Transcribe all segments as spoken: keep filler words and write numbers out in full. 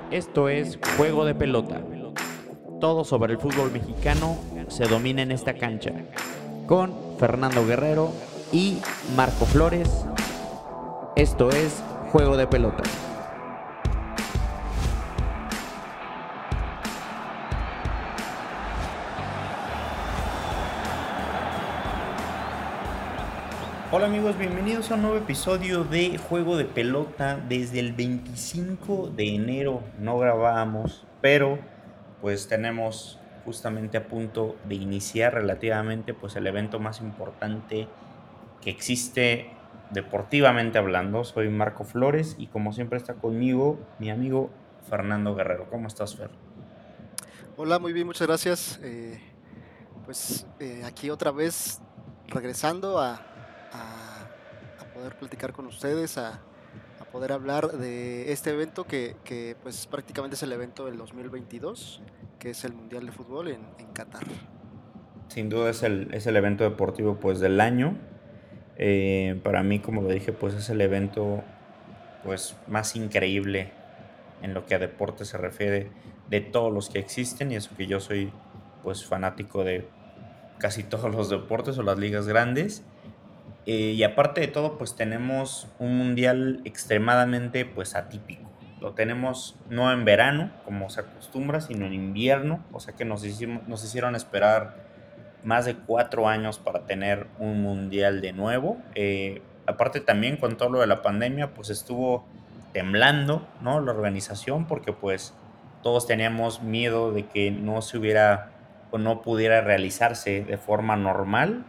Esto es Juego de Pelota. Todo sobre el fútbol mexicano se domina en esta cancha. Con Fernando Guerrero y Marco Flores. Esto es Juego de Pelota. Hola amigos, bienvenidos a un nuevo episodio de Juego de Pelota. Desde el veinticinco de enero no grabábamos, pero pues tenemos justamente a punto de iniciar relativamente pues el evento más importante que existe deportivamente hablando. Soy Marco Flores y como siempre está conmigo mi amigo Fernando Guerrero. ¿Cómo estás, Fer? Hola, muy bien, muchas gracias. Eh, pues eh, aquí otra vez regresando a, a- a poder platicar con ustedes, a, a poder hablar de este evento que, que, pues prácticamente es el evento del dos mil veintidós, que es el Mundial de Fútbol en, en Qatar. Sin duda es el, es el evento deportivo pues del año. Eh, para mí, como lo dije, pues es el evento pues más increíble en lo que a deporte se refiere de todos los que existen, y eso que yo soy pues fanático de casi todos los deportes o las ligas grandes. Eh, y aparte de todo, pues tenemos un mundial extremadamente pues atípico. Lo tenemos no en verano, como se acostumbra, sino en invierno, o sea que nos hicimos, nos hicieron esperar más de cuatro años para tener un mundial de nuevo. Eh, aparte también con todo lo de la pandemia, pues estuvo temblando, ¿no? La organización, porque pues todos teníamos miedo de que no se hubiera o no pudiera realizarse de forma normal.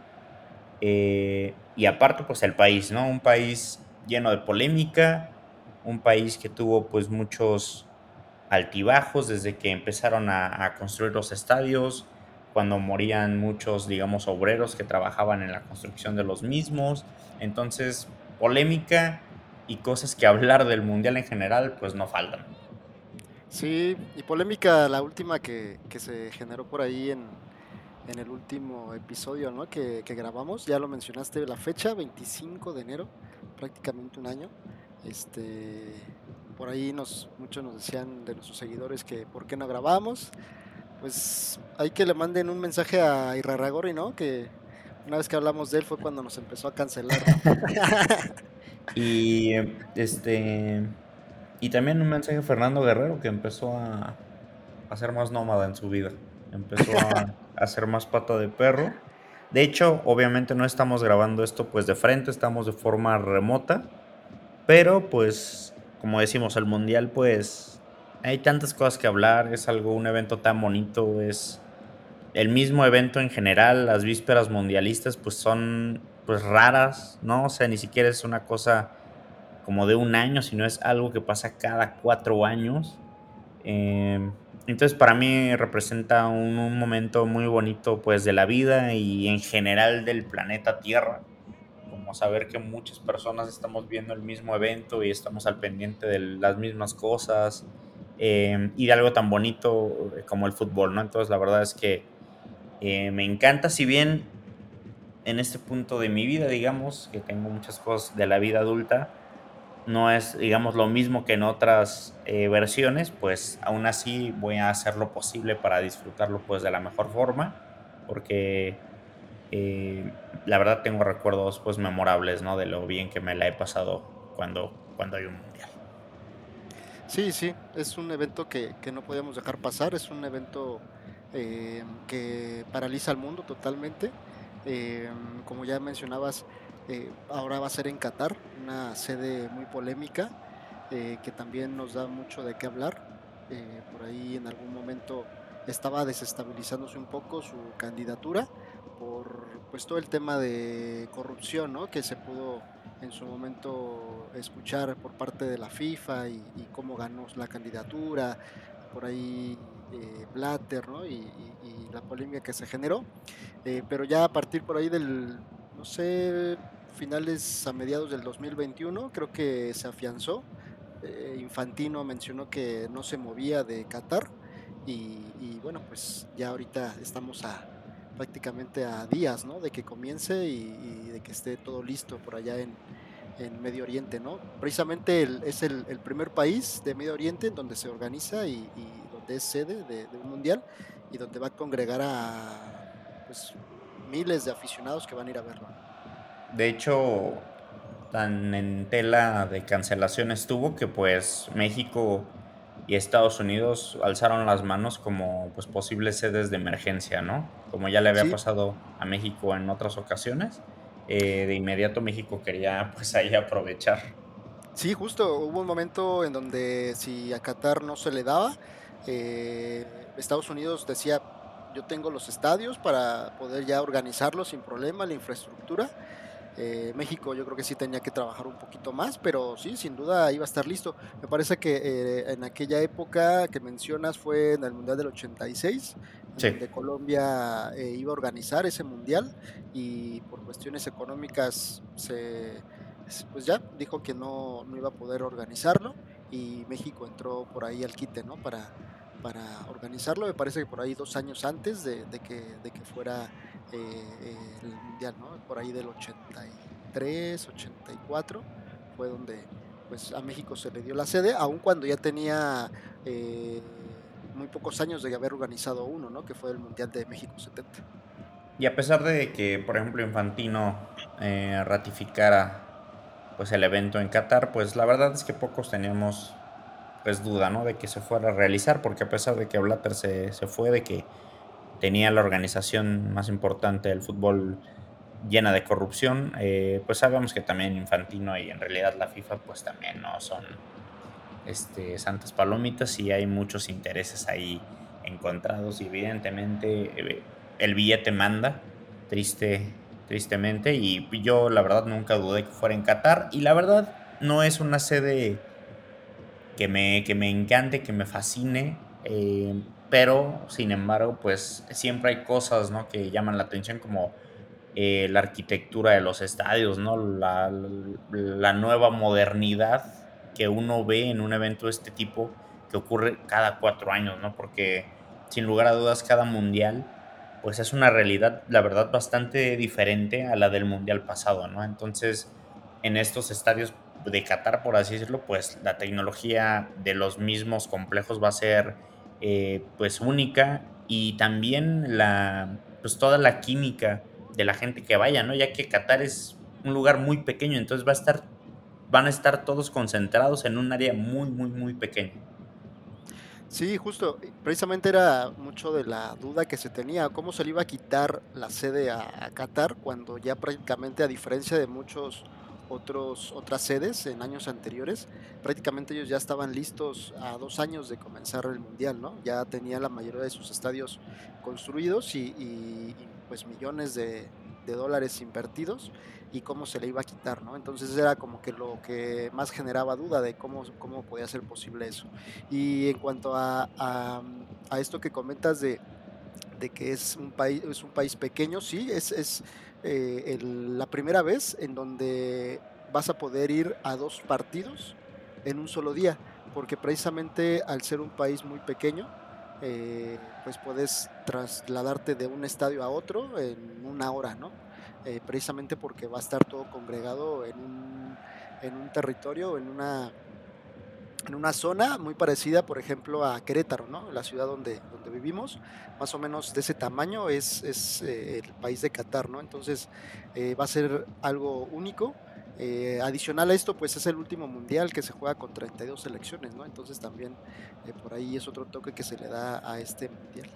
Eh, y aparte, pues el país, ¿no? Un país lleno de polémica, un país que tuvo pues muchos altibajos desde que empezaron a, a construir los estadios, cuando morían muchos, digamos, obreros que trabajaban en la construcción de los mismos. Entonces, polémica y cosas que hablar del mundial en general, pues no faltan. Sí, y polémica la última que, que se generó por ahí en, en el último episodio, ¿no? que, que grabamos, ya lo mencionaste, la fecha, veinticinco de enero, prácticamente un año. Este, por ahí nos, muchos nos decían de nuestros seguidores que por qué no grabamos. Pues hay que le manden un mensaje a Irarragorri, ¿no? Que una vez que hablamos de él fue cuando nos empezó a cancelar, ¿no? Y eh, este y también un mensaje a Fernando Guerrero, que empezó a, a ser más nómada en su vida. Empezó a, a ser más pata de perro. De hecho, obviamente no estamos grabando esto pues de frente, estamos de forma remota, pero pues como decimos, el mundial pues hay tantas cosas que hablar, es algo, un evento tan bonito, es el mismo evento en general, las vísperas mundialistas pues son pues raras, ¿no? O sea, ni siquiera es una cosa como de un año, sino es algo que pasa cada cuatro años. Em, entonces, para mí representa un, un momento muy bonito, pues, de la vida y en general del planeta Tierra, como saber que muchas personas estamos viendo el mismo evento y estamos al pendiente de las mismas cosas, em, y de algo tan bonito eh, como el fútbol, ¿no? Entonces, la verdad es que eh, me encanta, si bien en este punto de mi vida, digamos, que tengo muchas cosas de la vida adulta, no es, digamos, lo mismo que en otras eh, versiones, pues aún así voy a hacer lo posible para disfrutarlo pues de la mejor forma, porque eh, la verdad tengo recuerdos pues memorables, ¿no? De lo bien que me la he pasado cuando, cuando hay un mundial. Sí, sí, es un evento que, que no podíamos dejar pasar, es un evento eh, que paraliza al mundo totalmente. Eh, Como ya mencionabas, eh, ahora va a ser en Qatar, una sede muy polémica, eh, que también nos da mucho de qué hablar. Eh, por ahí en algún momento estaba desestabilizándose un poco su candidatura por pues todo el tema de corrupción, ¿no? Que se pudo en su momento escuchar por parte de la FIFA y, y cómo ganó la candidatura, por ahí eh, Blatter, ¿no? Y, y- y la polémica que se generó. Eh, pero ya a partir por ahí del, no sé, finales a mediados del dos mil veintiuno, creo que se afianzó. Eh, Infantino mencionó que no se movía de Qatar y, y bueno, pues ya ahorita estamos a prácticamente a días, ¿no? De que comience y, y de que esté todo listo por allá en, en Medio Oriente, ¿no? Precisamente el, es el, el, primer país de Medio Oriente en donde se organiza y, y donde es sede de, de, un mundial y donde va a congregar a pues miles de aficionados que van a ir a verlo, ¿no? De hecho, tan en tela de cancelación estuvo que pues México y Estados Unidos alzaron las manos como pues posibles sedes de emergencia, ¿no? Como ya le había Sí, pasado a México en otras ocasiones, eh, de inmediato México quería pues ahí aprovechar. sí, justo hubo un momento en donde si a Qatar no se le daba, eh, Estados Unidos decía, yo tengo los estadios para poder ya organizarlos sin problema, la infraestructura. Eh, México yo creo que sí tenía que trabajar un poquito más, pero sí, sin duda iba a estar listo. Me parece que eh, en aquella época que mencionas fue en el Mundial del ochenta y seis, en Sí. donde Colombia eh, iba a organizar ese mundial y por cuestiones económicas se, pues ya dijo que no, no iba a poder organizarlo y México entró por ahí al quite, ¿no? Para, para organizarlo, me parece que por ahí dos años antes de, de que, de que fuera eh, el mundial, ¿no? Por ahí del ochenta y tres, ochenta y cuatro fue donde pues a México se le dio la sede, aun cuando ya tenía eh, muy pocos años de haber organizado uno, ¿no? Que fue el Mundial de México setenta. Y a pesar de que, por ejemplo, Infantino eh, ratificara pues el evento en Qatar, pues la verdad es que pocos teníamos pues duda, ¿no? De que se fuera a realizar, porque a pesar de que Blatter se, se fue, de que tenía la organización más importante del fútbol llena de corrupción, eh, pues sabemos que también Infantino y en realidad la FIFA pues también no son este, santas palomitas y hay muchos intereses ahí encontrados y evidentemente eh, el billete manda, triste, tristemente, y yo la verdad nunca dudé que fuera en Qatar y la verdad no es una sede que me, que me encante, que me fascine, eh, pero sin embargo, pues siempre hay cosas, ¿no? Que llaman la atención como eh, la arquitectura de los estadios, ¿no? La, la nueva modernidad que uno ve en un evento de este tipo que ocurre cada cuatro años, ¿no? Porque sin lugar a dudas cada mundial pues es una realidad, la verdad, bastante diferente a la del mundial pasado, ¿no? Entonces, en estos estadios de Qatar, por así decirlo, pues la tecnología de los mismos complejos va a ser eh, pues única y también la, pues toda la química de la gente que vaya, ¿no? Ya que Qatar es un lugar muy pequeño, entonces va a estar, van a estar todos concentrados en un área muy, muy, muy pequeña. Sí, justo, eh, precisamente era mucho de la duda que se tenía, cómo se le iba a quitar la sede a, a Qatar cuando ya prácticamente a diferencia de muchos otros otras sedes en años anteriores, prácticamente ellos ya estaban listos a dos años de comenzar el mundial, ¿no? Ya tenían la mayoría de sus estadios construidos y, y- y, pues millones de, de dólares invertidos y cómo se le iba a quitar, ¿no? Entonces era como que lo que más generaba duda de cómo, cómo podía ser posible eso. Y en cuanto a, a, a esto que comentas de, de, que es un país, es un país pequeño, sí, es, es eh, el, la primera vez en donde vas a poder ir a dos partidos en un solo día, porque precisamente al ser un país muy pequeño, eh, pues puedes trasladarte de un estadio a otro en una hora, ¿no? Eh, precisamente porque va a estar todo congregado en un, en un territorio, en una en una zona muy parecida, por ejemplo, a Querétaro, ¿no? La ciudad donde, donde vivimos, más o menos de ese tamaño es, es eh, el país de Qatar, ¿no? Entonces eh, va a ser algo único. Eh, adicional a esto, pues es el último mundial que se juega con treinta y dos selecciones, ¿no? Entonces también eh, por ahí es otro toque que se le da a este mundial.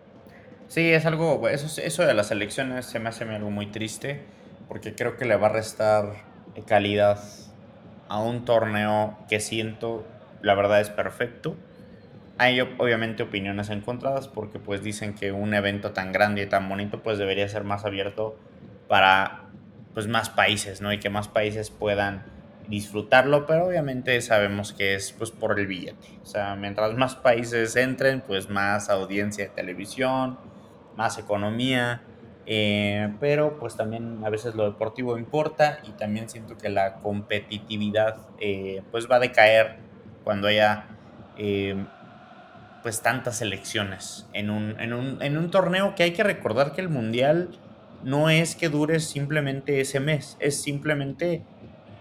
Sí, es algo, eso, es- eso de las elecciones se me hace a mí algo muy triste, porque creo que le va a restar eh, calidad a un torneo que siento, la verdad, es perfecto. Hay ob- obviamente opiniones encontradas porque pues dicen que un evento tan grande y tan bonito pues debería ser más abierto para pues más países, ¿no? Y que más países puedan disfrutarlo, pero obviamente sabemos que es pues por el billete. O sea, mientras más países entren, pues más audiencia de televisión, más economía, eh, pero pues también a veces lo deportivo importa y también siento que la competitividad eh, pues va a decaer cuando haya eh, pues tantas elecciones en un, en un, en un torneo que hay que recordar que el mundial no es que dure simplemente ese mes, es simplemente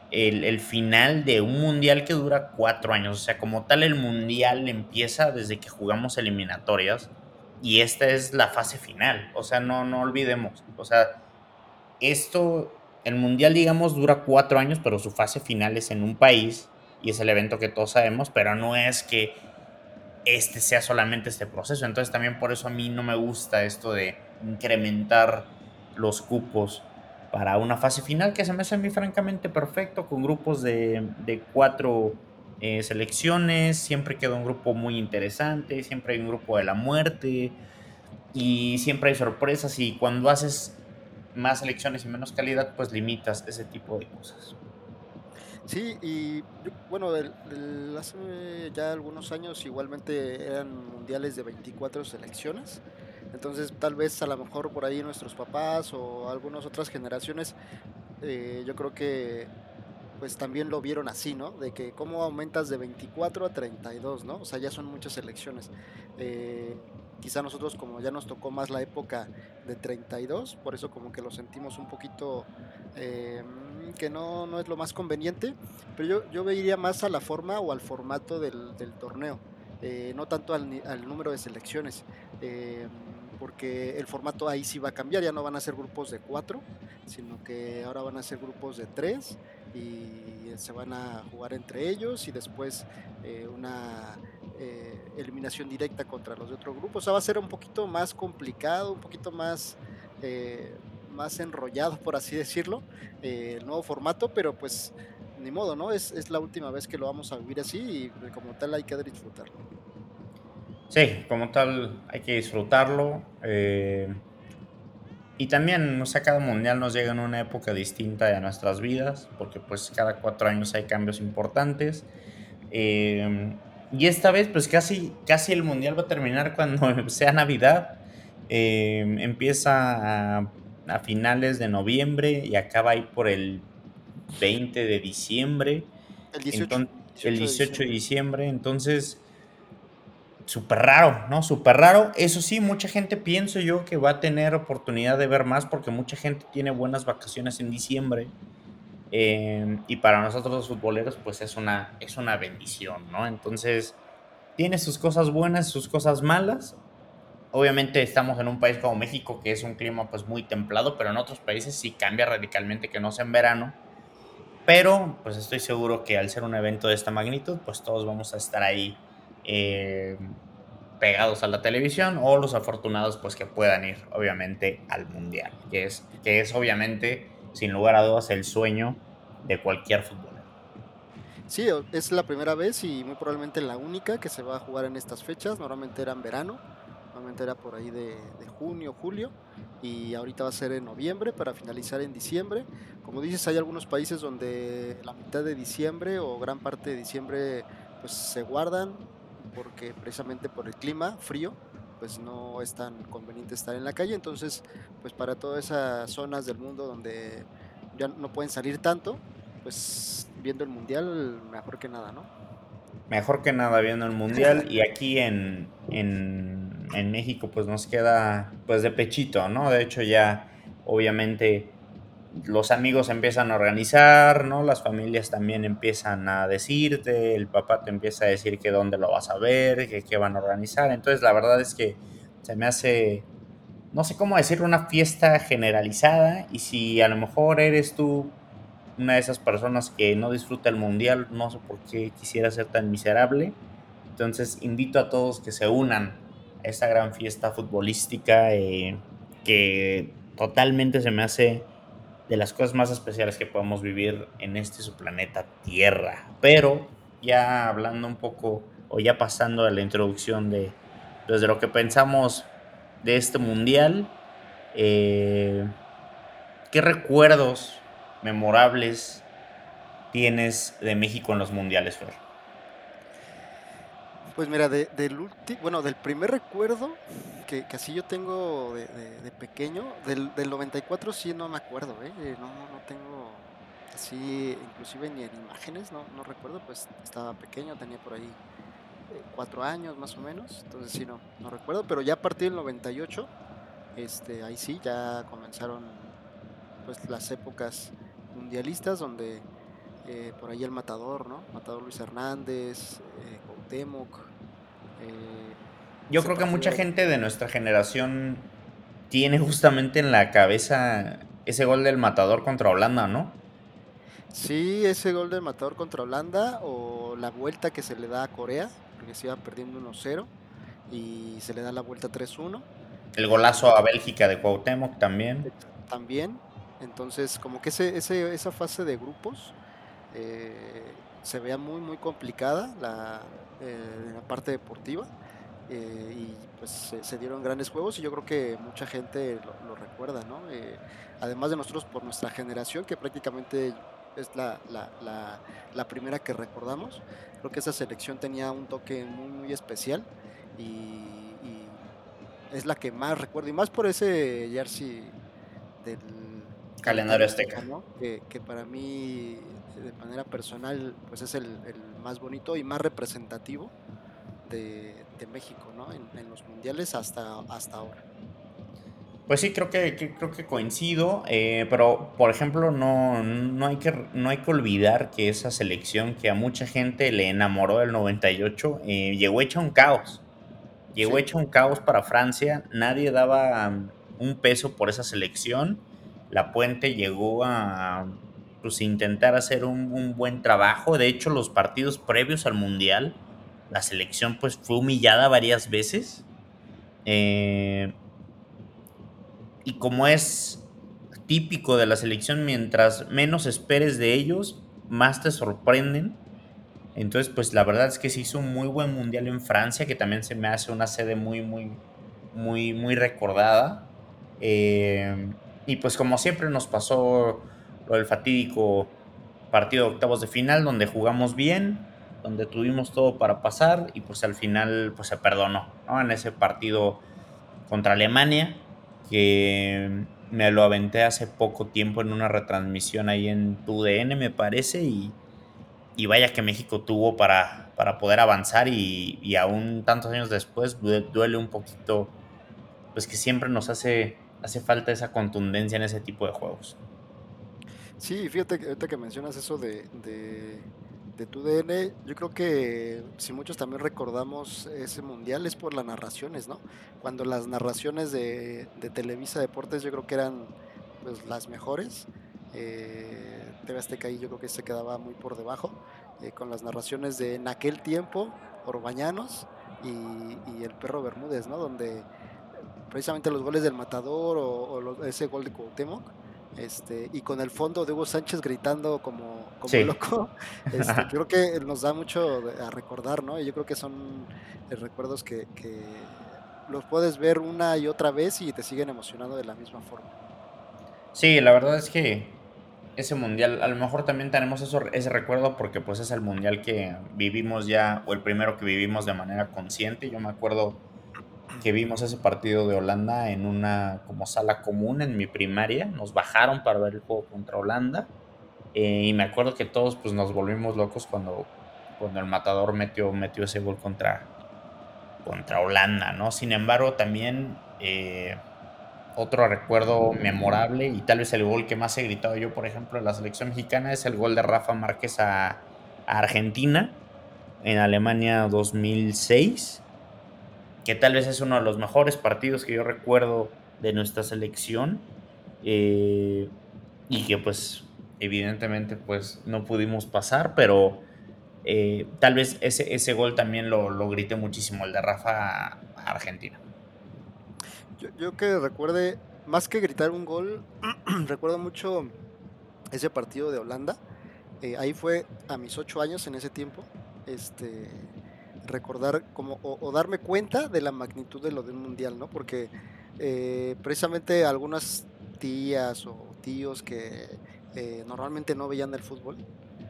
el, el final de un mundial que dura cuatro años. O sea, como tal, el mundial empieza desde que jugamos eliminatorias y esta es la fase final. O sea, no, no olvidemos. O sea, esto, el mundial, digamos, dura cuatro años, pero su fase final es en un país y es el evento que todos sabemos, pero no es que este sea solamente este proceso. Entonces también por eso a mí no me gusta esto de incrementar los cupos para una fase final que se me hace a mí francamente perfecto, con grupos de, de cuatro eh, selecciones, siempre queda un grupo muy interesante, siempre hay un grupo de la muerte y siempre hay sorpresas y cuando haces más selecciones y menos calidad, pues limitas ese tipo de cosas. Sí, y yo, bueno, del- del- hace ya algunos años igualmente eran mundiales de veinticuatro selecciones, entonces tal vez a lo mejor por ahí nuestros papás o algunas otras generaciones, eh, yo creo que pues también lo vieron así, ¿no? De que cómo aumentas de veinticuatro a treinta y dos, ¿no? O sea, ya son muchas selecciones. Eh, quizá nosotros como ya nos tocó más la época de treinta y dos, por eso como que lo sentimos un poquito eh, que no, no es lo más conveniente, pero yo, yo vería más a la forma o al formato del, del torneo, eh, no tanto al, ni- al número de selecciones, eh, porque el formato ahí sí va a cambiar, ya no van a ser grupos de cuatro, sino que ahora van a ser grupos de tres y se van a jugar entre ellos y después eh, una eh, eliminación directa contra los de otro grupo. O sea, va a ser un poquito más complicado, un poquito más, eh, más enrollado, por así decirlo, eh, el nuevo formato, pero pues ni modo, ¿no? Es, es la última vez que lo vamos a vivir así y como tal hay que disfrutarlo. Sí, como tal, hay que disfrutarlo. eh, Y también, o sea, cada mundial nos llega en una época distinta de nuestras vidas, porque pues cada cuatro años hay cambios importantes. Eh, y esta vez, pues casi, casi el mundial va a terminar cuando sea Navidad. Eh, empieza a, a finales de noviembre y acaba ahí por el veinte de diciembre. El dieciocho, Entonces, el dieciocho de dieciocho de diciembre. diciembre. Entonces, súper raro, ¿no? Súper raro. Eso sí, mucha gente pienso yo que va a tener oportunidad de ver más porque mucha gente tiene buenas vacaciones en diciembre. Eh, y para nosotros los futboleros, pues es una, es una bendición, ¿no? Entonces, tiene sus cosas buenas, sus cosas malas. Obviamente estamos en un país como México, que es un clima pues muy templado, pero en otros países sí cambia radicalmente que no sea en verano. Pero pues estoy seguro que al ser un evento de esta magnitud, pues todos vamos a estar ahí eh, pegados a la televisión o los afortunados pues que puedan ir obviamente al mundial, que es, que es obviamente sin lugar a dudas el sueño de cualquier futbolero. Sí, o- es la primera vez y muy probablemente la única que se va a jugar en estas fechas. Normalmente era en verano, normalmente era por ahí de, de junio, julio, y ahorita va a ser en noviembre para finalizar en diciembre. Como dices, hay algunos países donde la mitad de diciembre o gran parte de diciembre pues se guardan porque precisamente por el clima frío pues no es tan conveniente estar en la calle. Entonces, pues para todas esas zonas del mundo donde ya no pueden salir tanto, pues viendo el mundial, mejor que nada, ¿no? Mejor que nada viendo el mundial y aquí en, en, en México pues nos queda pues de pechito, ¿no? De hecho ya obviamente los amigos empiezan a organizar, ¿no? Las familias también empiezan a decirte, el papá te empieza a decir que dónde lo vas a ver, que qué van a organizar. Entonces, la verdad es que se me hace, no sé cómo decir, una fiesta generalizada. Y si a lo mejor eres tú una de esas personas que no disfruta el mundial, no sé por qué quisiera ser tan miserable. Entonces, invito a todos que se unan a esta gran fiesta futbolística eh, que totalmente se me hace de las cosas más especiales que podemos vivir en este su planeta Tierra. Pero ya hablando un poco o ya pasando a la introducción de, pues, de lo que pensamos de este mundial, eh, ¿qué recuerdos memorables tienes de México en los mundiales, Fer? Pues mira, de, del último, bueno, del primer recuerdo que, que así yo tengo de, de- de pequeño, del, del noventa y cuatro sí no me acuerdo, ¿eh? Eh, No, no, no tengo así, inclusive ni en imágenes, no, no recuerdo, pues estaba pequeño, tenía por ahí eh, cuatro años más o menos, entonces sí, no, no recuerdo, pero ya a partir del noventa y ocho, este, ahí sí, ya comenzaron pues las épocas mundialistas donde eh, por ahí el Matador, ¿no? Matador Luis Hernández, eh, Cuauhtémoc, eh, Yo ese creo que mucha partido. gente de nuestra generación tiene justamente en la cabeza ese gol del Matador contra Holanda, ¿no? Sí, ese gol del Matador contra Holanda o la vuelta que se le da a Corea, porque se iba perdiendo uno cero y se le da la vuelta tres uno. El Eh, golazo a Bélgica de Cuauhtémoc también. ex- También, entonces como que ese, ese, esa fase de grupos eh, se veía muy, muy complicada la, eh, en la parte deportiva. Eh, y pues se, se dieron grandes juegos y yo creo que mucha gente lo, lo recuerda, ¿no? Eh, además de nosotros por nuestra generación, que prácticamente es la, la, la, la primera que recordamos, creo que esa selección tenía un toque muy, muy especial y, y es la que más recuerdo, y más por ese jersey del, del Calendario Italia-Azteca, Azteca. ¿no? Que, que para mí, de manera personal, pues es el, el más bonito y más representativo de, de México, ¿no? En, en los mundiales hasta, hasta ahora. Pues sí, creo que, que- creo que coincido, eh, pero por ejemplo no, no hay que, no hay que olvidar que esa selección que a mucha gente le enamoró del noventa y ocho eh, llegó hecha un caos. Llegó Sí, hecho un caos para Francia, nadie daba um, un peso por esa selección. La Puente llegó a pues, intentar hacer un, un buen trabajo. De hecho, los partidos previos al Mundial, la selección pues fue humillada varias veces. Eh, y como es típico de la selección, mientras menos esperes de ellos, más te sorprenden. Entonces, pues la verdad es que se hizo un muy buen mundial en Francia, que también se me hace una sede muy, muy, muy, muy recordada. Eh, y pues como siempre nos pasó lo del fatídico partido de octavos de final, donde jugamos bien, donde tuvimos todo para pasar y pues al final pues se perdonó, ¿no? En ese partido contra Alemania, que me lo aventé hace poco tiempo en una retransmisión ahí en tu D N, me parece, y y vaya que México tuvo para, para poder avanzar y, y aún tantos años después duele un poquito, pues que siempre nos hace, hace falta esa contundencia en ese tipo de juegos. sí, fíjate que ahorita que mencionas eso de, de, de tu D N, yo creo que si muchos también recordamos ese mundial es por las narraciones, ¿no? Cuando las narraciones de, de Televisa Deportes yo creo que eran pues las mejores. Eh, T V Azteca ahí yo creo que se quedaba muy por debajo, eh, con las narraciones de en aquel tiempo, Orbañanos y, y el Perro Bermúdez, ¿no? Donde precisamente los goles del Matador o, o los- ese gol de Cuauhtémoc, este, y con el fondo de Hugo Sánchez gritando como, como Sí. loco, este, creo que nos da mucho de- a recordar, ¿no? Y yo creo que son eh, recuerdos que, que los puedes ver una y otra vez y te siguen emocionando de la misma forma. Sí, la verdad es que ese mundial, a lo mejor también tenemos eso, ese recuerdo porque pues es el mundial que vivimos ya, o el primero que vivimos de manera consciente. Yo me acuerdo que vimos ese partido de Holanda en una como sala común en mi primaria. Nos bajaron para ver el juego contra Holanda. Eh, y me acuerdo que todos pues nos volvimos locos cuando, cuando el Matador metió, metió ese gol contra, contra Holanda, ¿no? Sin embargo, también eh, otro recuerdo memorable y tal vez el gol que más he gritado yo, por ejemplo, en la selección mexicana es el gol de Rafa Márquez a, a Argentina en Alemania dos mil seis, que tal vez es uno de los mejores partidos que yo recuerdo de nuestra selección, eh, y que pues evidentemente pues no pudimos pasar, pero eh, tal vez ese, ese gol también lo, lo grité muchísimo, el de Rafa a Argentina. Yo, yo que recuerde, más que gritar un gol, recuerdo mucho ese partido de Holanda. Eh, ahí fue a mis ocho años en ese tiempo, este, recordar como, o, o darme cuenta de la magnitud de lo de un mundial, ¿no? Porque eh, precisamente algunas tías o tíos que eh, normalmente no veían el fútbol,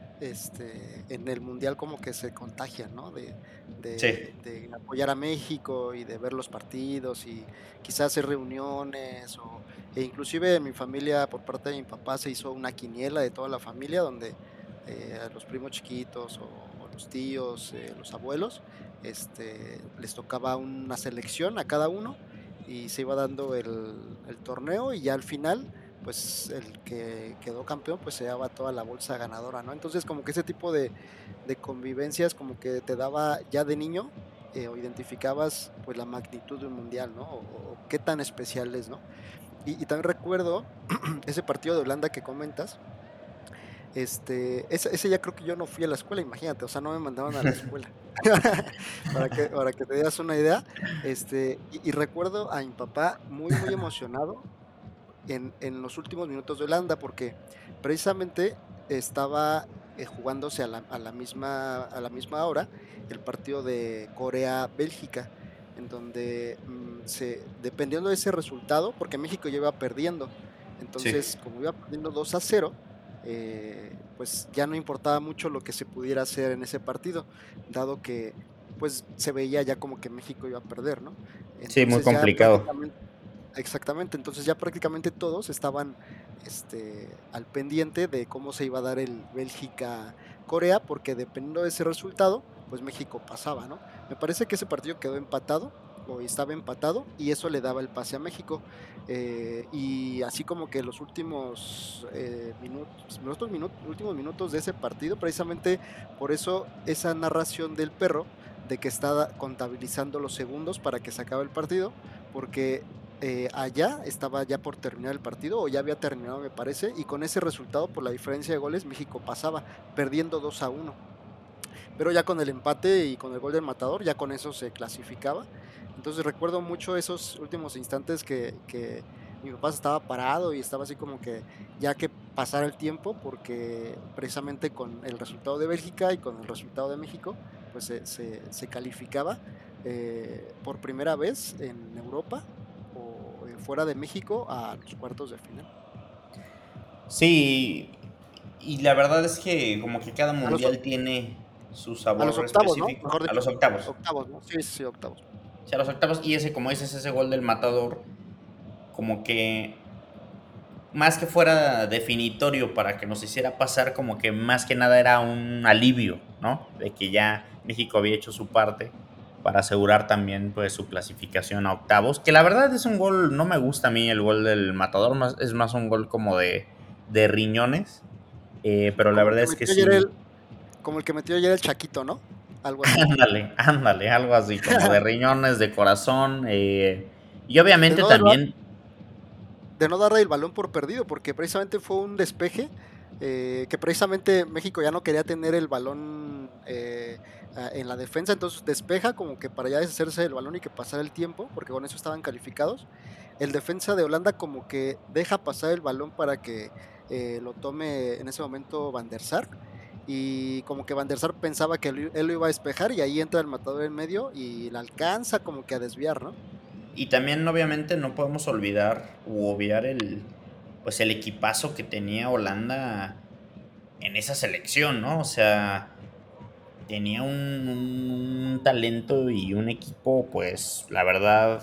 este, en el mundial como que se contagian, ¿no? De, Sí, de, de apoyar a México y de ver los partidos y quizás hacer reuniones o e inclusive en mi familia por parte de mi papá se hizo una quiniela de toda la familia donde eh, a los primos chiquitos o, o los tíos, eh, los abuelos, este, les tocaba una selección a cada uno y se iba dando el, el torneo y ya al final pues el que quedó campeón pues se llevaba toda la bolsa ganadora, ¿no? Entonces como que ese tipo de, de convivencias como que te daba ya de niño eh, o identificabas pues la magnitud de un mundial, ¿no? O, o qué tan especial es, ¿no? Y, y también recuerdo ese partido de Holanda que comentas, este, ese, ese ya creo que yo no fui a la escuela, imagínate, o sea, no me mandaban a la escuela. Para que, para que te das una idea, este, y, y recuerdo a mi papá muy, muy emocionado en, en los últimos minutos de Holanda, porque precisamente estaba eh, jugándose a la, a la misma, a la misma hora el partido de Corea-Bélgica, en donde mm, se, dependiendo de ese resultado, porque México ya iba perdiendo, Sí, entonces como iba perdiendo dos a cero, eh, pues ya no importaba mucho lo que se pudiera hacer en ese partido, dado que pues se veía ya como que México iba a perder, ¿no? sí, muy Entonces ya complicado. prácticamente. Exactamente, entonces ya prácticamente todos estaban este, al pendiente de cómo se iba a dar el Bélgica-Corea, porque dependiendo de ese resultado, pues México pasaba, ¿no? Me parece que ese partido quedó empatado, o estaba empatado, y eso le daba el pase a México. Eh, y así como que los últimos eh, minutos, los minutos, últimos minutos de ese partido, precisamente por eso esa narración del perro, de que está contabilizando los segundos para que se acabe el partido, porque eh, allá estaba ya por terminar el partido, o ya había terminado, me parece, y con ese resultado, por la diferencia de goles, México pasaba, perdiendo dos a uno. Pero ya con el empate y con el gol del Matador, ya con eso se clasificaba. Entonces recuerdo mucho esos últimos instantes que, que mi papá estaba parado y estaba así como que ya que pasara el tiempo, porque precisamente con el resultado de Bélgica y con el resultado de México, pues se, se, se calificaba eh, por primera vez en Europa o eh, fuera de México a los cuartos de final. Sí, y la verdad es que como que cada A los, o- mundial tiene su a los sabor octavos, ¿no? específico. Mejor A dicho, los octavos. octavos, ¿no? Sí, sí, sí, octavos. Sí, a los octavos. Y ese, como dices, ese gol del Matador, como que más que fuera definitorio para que nos hiciera pasar, como que más que nada era un alivio, ¿no? De que ya México había hecho su parte para asegurar también pues su clasificación a octavos, que la verdad es un gol, no me gusta a mí el gol del Matador, más, es más un gol como de, de riñones, eh, pero la Como el verdad que es que metió ayer el, sí, como el que metió ayer el Chaquito, ¿no? Algo así. ándale, ándale, algo así, como de riñones, de corazón, eh, y De obviamente no, dar- también, de no darle el balón por perdido, porque precisamente fue un despeje eh, que precisamente México ya no quería tener el balón eh, a- en la defensa, entonces despeja como que para ya deshacerse del balón y que pasara el tiempo, porque con eso estaban calificados. El defensa de Holanda como que deja pasar el balón para que eh, lo tome en ese momento Van der Sar, y como que Van der Sar pensaba que él, él lo iba a despejar, y ahí entra el matador en medio y la alcanza como que a desviar, ¿no? y también obviamente no podemos olvidar u obviar el, pues el equipazo que tenía Holanda en esa selección, ¿no? O sea, tenía un, un talento y un equipo, pues, la verdad,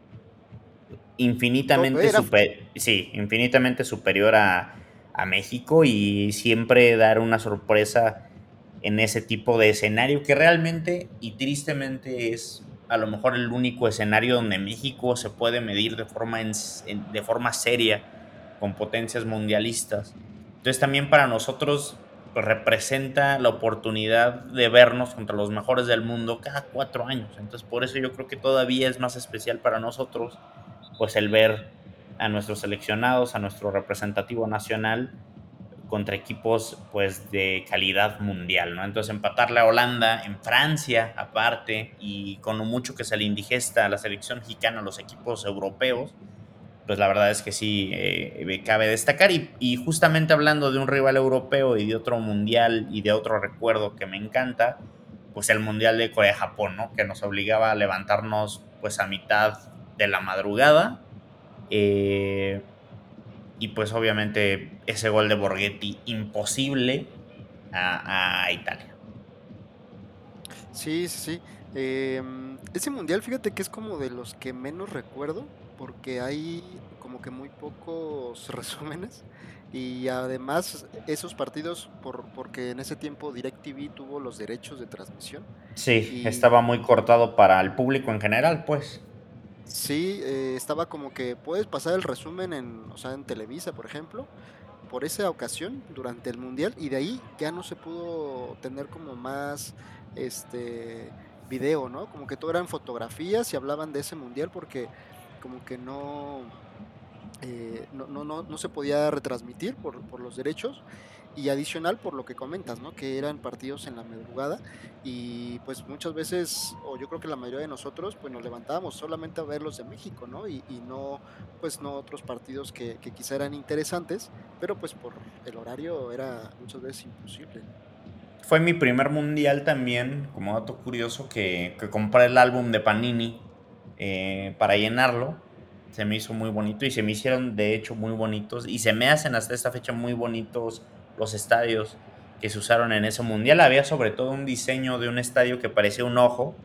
infinitamente Tope, era, super, sí, infinitamente superior a, a México y siempre dar una sorpresa en ese tipo de escenario que realmente y tristemente es a lo mejor el único escenario donde México se puede medir de forma, en- en- de forma seria con potencias mundialistas. Entonces también para nosotros pues, representa la oportunidad de vernos contra los mejores del mundo cada cuatro años. Entonces por eso yo creo que todavía es más especial para nosotros pues el ver a nuestros seleccionados, a nuestro representativo nacional contra equipos pues de calidad mundial, ¿no? Entonces empatarle a Holanda en Francia aparte y con lo mucho que se le indigesta a la selección mexicana a los equipos europeos, pues la verdad es que sí, eh, cabe destacar y, y justamente hablando de un rival europeo y de otro mundial y de otro recuerdo que me encanta, pues el mundial de Corea-Japón, ¿no? Que nos obligaba a levantarnos pues a mitad de la madrugada eh, y pues obviamente ese gol de Borghetti imposible a, a Italia. sí, sí, sí. Em, ese mundial, fíjate que es como de los que menos recuerdo, porque hay como que muy pocos resúmenes, y además esos partidos, por, porque en ese tiempo DirecTV tuvo los derechos de transmisión, Sí, estaba y muy cortado para el público en general, pues. Sí, eh, estaba como que puedes pasar el resumen en, o sea, en Televisa, por ejemplo, por esa ocasión durante el mundial y de ahí ya no se pudo tener como más este video, ¿no? Como que todo eran fotografías y hablaban de ese mundial porque como que no eh, no, no, no, no se podía retransmitir por, por los derechos y adicional por lo que comentas, ¿no? Que eran partidos en la madrugada y pues muchas veces, o yo creo que la mayoría de nosotros, pues nos levantábamos solamente a ver los de México, ¿no? Y, y no, pues no otros partidos que, que quizá eran interesantes, pero pues por el horario era muchas veces imposible. Fue mi primer mundial también, como dato curioso, que, que compré el álbum de Panini eh, para llenarlo. Se me hizo muy bonito y se me hicieron de hecho muy bonitos y se me hacen hasta esta fecha muy bonitos los estadios que se usaron en ese mundial. Había sobre todo un diseño de un estadio que parecía un ojo.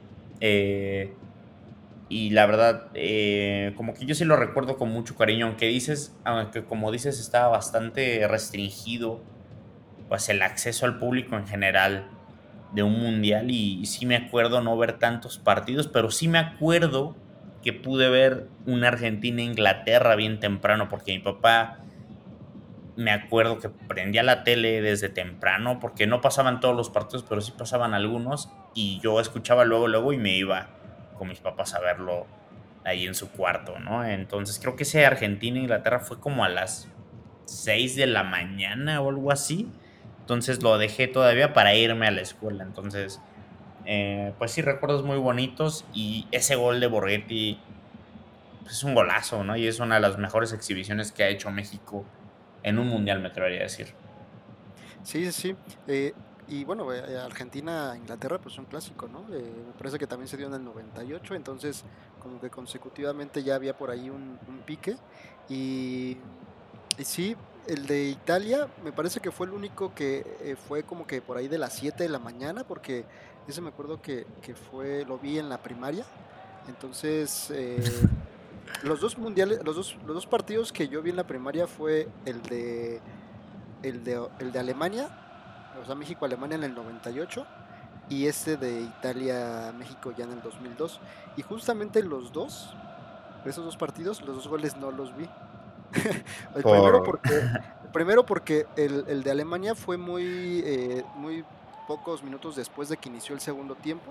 eh, y la verdad, eh, como que yo sí lo recuerdo con mucho cariño, aunque dices, aunque como dices estaba bastante restringido pues el acceso al público en general de un mundial y, y sí me acuerdo no ver tantos partidos, pero sí me acuerdo que pude ver una Argentina-Inglaterra bien temprano porque mi papá me acuerdo que prendía la tele desde temprano porque no pasaban todos los partidos, pero sí pasaban algunos y yo escuchaba luego, luego y me iba con mis papás a verlo ahí en su cuarto, ¿no? Entonces creo que ese Argentina-Inglaterra fue como a las seis de la mañana o algo así. Entonces lo dejé todavía para irme a la escuela. Entonces, eh, pues sí, recuerdos muy bonitos y ese gol de Borghetti pues, es un golazo, ¿no? Y es una de las mejores exhibiciones que ha hecho México en un mundial, me atrevería a decir. Sí, sí, sí. Eh, y bueno, eh, Argentina-Inglaterra, pues un clásico, ¿no? Eh, me parece que también se dio en el noventa y ocho, entonces como que consecutivamente ya había por ahí un, un pique. Y, y sí, el de Italia me parece que fue el único que eh, fue como que por ahí de las siete de la mañana, porque ese me acuerdo que, que fue, lo vi en la primaria. Entonces, eh, los dos mundiales, los dos, los dos partidos que yo vi en la primaria fue el de, el de, el de Alemania, o sea, México-Alemania en el noventa y ocho y este de Italia-México ya en el dos mil dos. Y justamente los dos, esos dos partidos, los dos goles no los vi. El primero Por... porque, el primero porque el, el de Alemania fue muy, eh, muy pocos minutos después de que inició el segundo tiempo.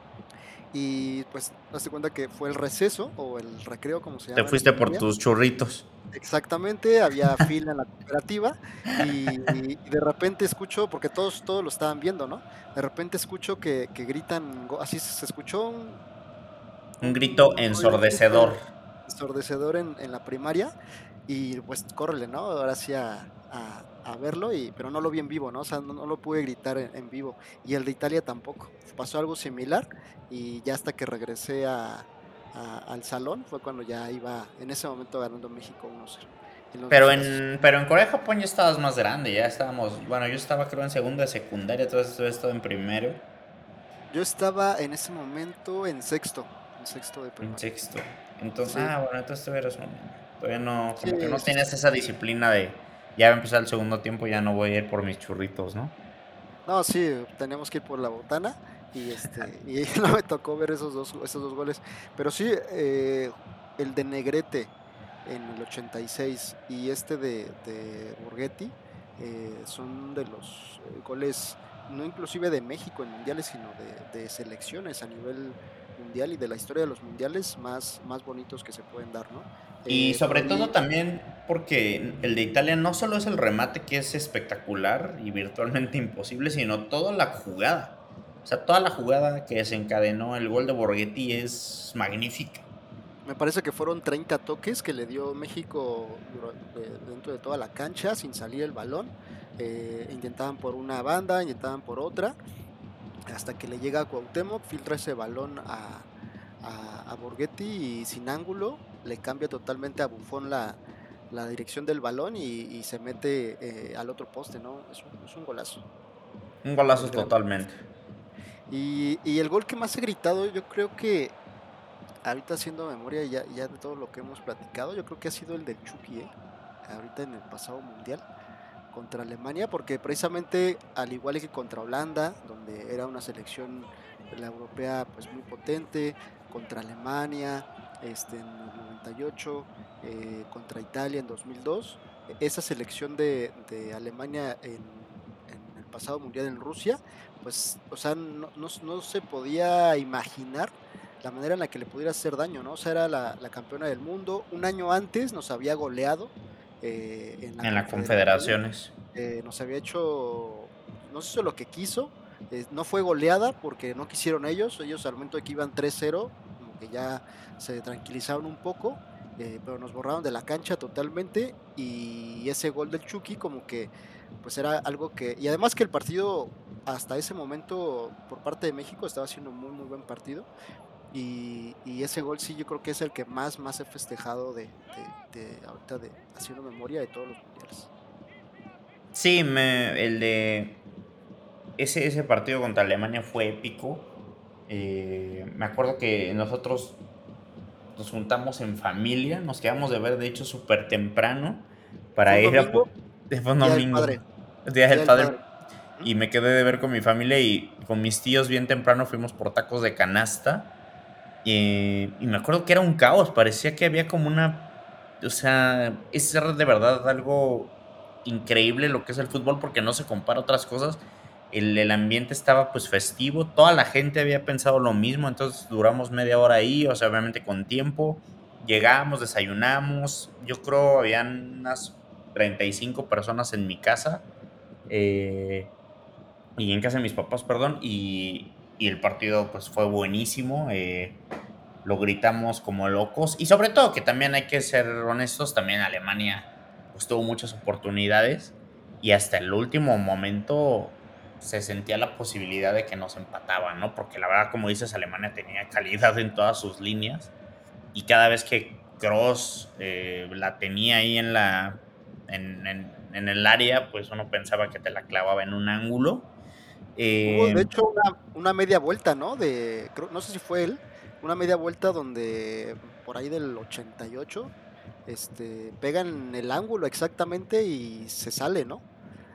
Y pues, hazte cuenta que fue el receso o el recreo, como se Te llama en fuiste por primaria. tus churritos. Exactamente, había fila en la cooperativa y, y de repente escucho, porque todos, todos lo estaban viendo, ¿no? De repente escucho que, que gritan, go- así se escuchó un, Un grito un, ruido- un ensordecedor. grito ensordecedor en, en la primaria y pues córrele, ¿no? Ahora sí a, a- a verlo, y, pero no lo vi en vivo, ¿no? O sea, no, no lo pude gritar en, en vivo. Y el de Italia tampoco. Pasó algo similar y ya hasta que regresé a, a- al salón fue cuando ya iba en ese momento ganando México uno cero en los Pero dos casos. en, pero en Corea y Japón ya estabas más grande, ya estábamos, bueno, yo estaba creo en segundo de secundaria, todo esto estado en primero, Yo estaba en ese momento en sexto, en sexto de en primaria. sexto. Entonces, Sí, ah, bueno, entonces todavía eras un niño. Todavía no, sí, como que no sí, tenías sí. esa disciplina de, ya va a empezar el segundo tiempo, ya no voy a ir por mis churritos, ¿no? No, sí, teníamos que ir por la botana y este y no me tocó ver esos dos esos dos goles, pero sí eh, el de Negrete en el ochenta y seis y este de, de Borghetti eh, son de los eh, goles no inclusive de México en mundiales, sino de, de selecciones a nivel mundial y de la historia de los mundiales más, más bonitos que se pueden dar, ¿no? Y Eh, por sobre todo ahí también porque el de Italia no solo es el remate que es espectacular y virtualmente imposible, sino toda la jugada. O sea, toda la jugada que desencadenó el gol de Borghetti es magnífica. me parece que fueron treinta toques que le dio México dura- de- dentro de toda la cancha sin salir el balón. Eh, intentaban por una banda, intentaban por otra, hasta que le llega a Cuauhtémoc, filtra ese balón a, a, a Borghetti y sin ángulo le cambia totalmente a Buffon la, la dirección del balón y, y se mete eh, al otro poste, ¿no? Es un, es un golazo, Un golazo el gran totalmente. y, y el gol que más he gritado, yo creo que ahorita haciendo memoria ya, ya de todo lo que hemos platicado, yo creo que ha sido el del Chucky, ¿eh? Ahorita en el pasado mundial contra Alemania, porque precisamente al igual que contra Holanda, donde era una selección la europea pues muy potente, contra Alemania, este, en el noventa y ocho, eh, contra Italia en dos mil dos, esa selección de, de Alemania en, en el pasado mundial en Rusia, pues, o sea, no, no, no se podía imaginar la manera en la que le pudiera hacer daño, ¿no? O sea, era la, la campeona del mundo, un año antes nos había goleado eh, en la En las Confederaciones, confederaciones. eh, nos había hecho, no sé lo que quiso, eh, no fue goleada porque no quisieron ellos, ellos al momento de que iban tres cero, como que ya se tranquilizaron un poco, eh, pero nos borraron de la cancha totalmente y ese gol del Chucky como que pues era algo que, y además que el partido hasta ese momento por parte de México estaba haciendo muy muy buen partido y, y ese gol sí yo creo que es el que más más he festejado de, de, de ahorita de haciendo memoria de todos los mundiales. Sí, me, el de ese, ese partido contra Alemania fue épico. Eh, me acuerdo que nosotros nos juntamos en familia, nos quedamos de ver de hecho súper temprano Fue para un ir a... domingo, Fue un Día del domingo, Padre, el Día del Día del Padre, Padre. ¿Mm? y me quedé de ver con mi familia y con mis tíos bien temprano fuimos por tacos de canasta. Y, y me acuerdo que era un caos, parecía que había como una... O sea, es de verdad algo increíble lo que es el fútbol porque no se compara a otras cosas. El, el ambiente estaba pues festivo, toda la gente había pensado lo mismo, entonces duramos media hora ahí, o sea, obviamente con tiempo. Llegamos, desayunamos, yo creo habían unas treinta y cinco personas en mi casa. eh, y en casa de mis papás, perdón, y, y el partido pues fue buenísimo. Eh, lo gritamos como locos y sobre todo que también hay que ser honestos, también Alemania pues tuvo muchas oportunidades y hasta el último momento se sentía la posibilidad de que nos empataban, ¿no? Porque la verdad, como dices, Alemania tenía calidad en todas sus líneas y cada vez que Kroos eh, la tenía ahí en la en, en, en, el área, pues uno pensaba que te la clavaba en un ángulo. Hubo Eh, de hecho una, una media vuelta, ¿no? De, creo- no sé si fue él, una media vuelta donde por ahí del ochenta y ocho, este, pegan el ángulo exactamente y se sale, ¿no?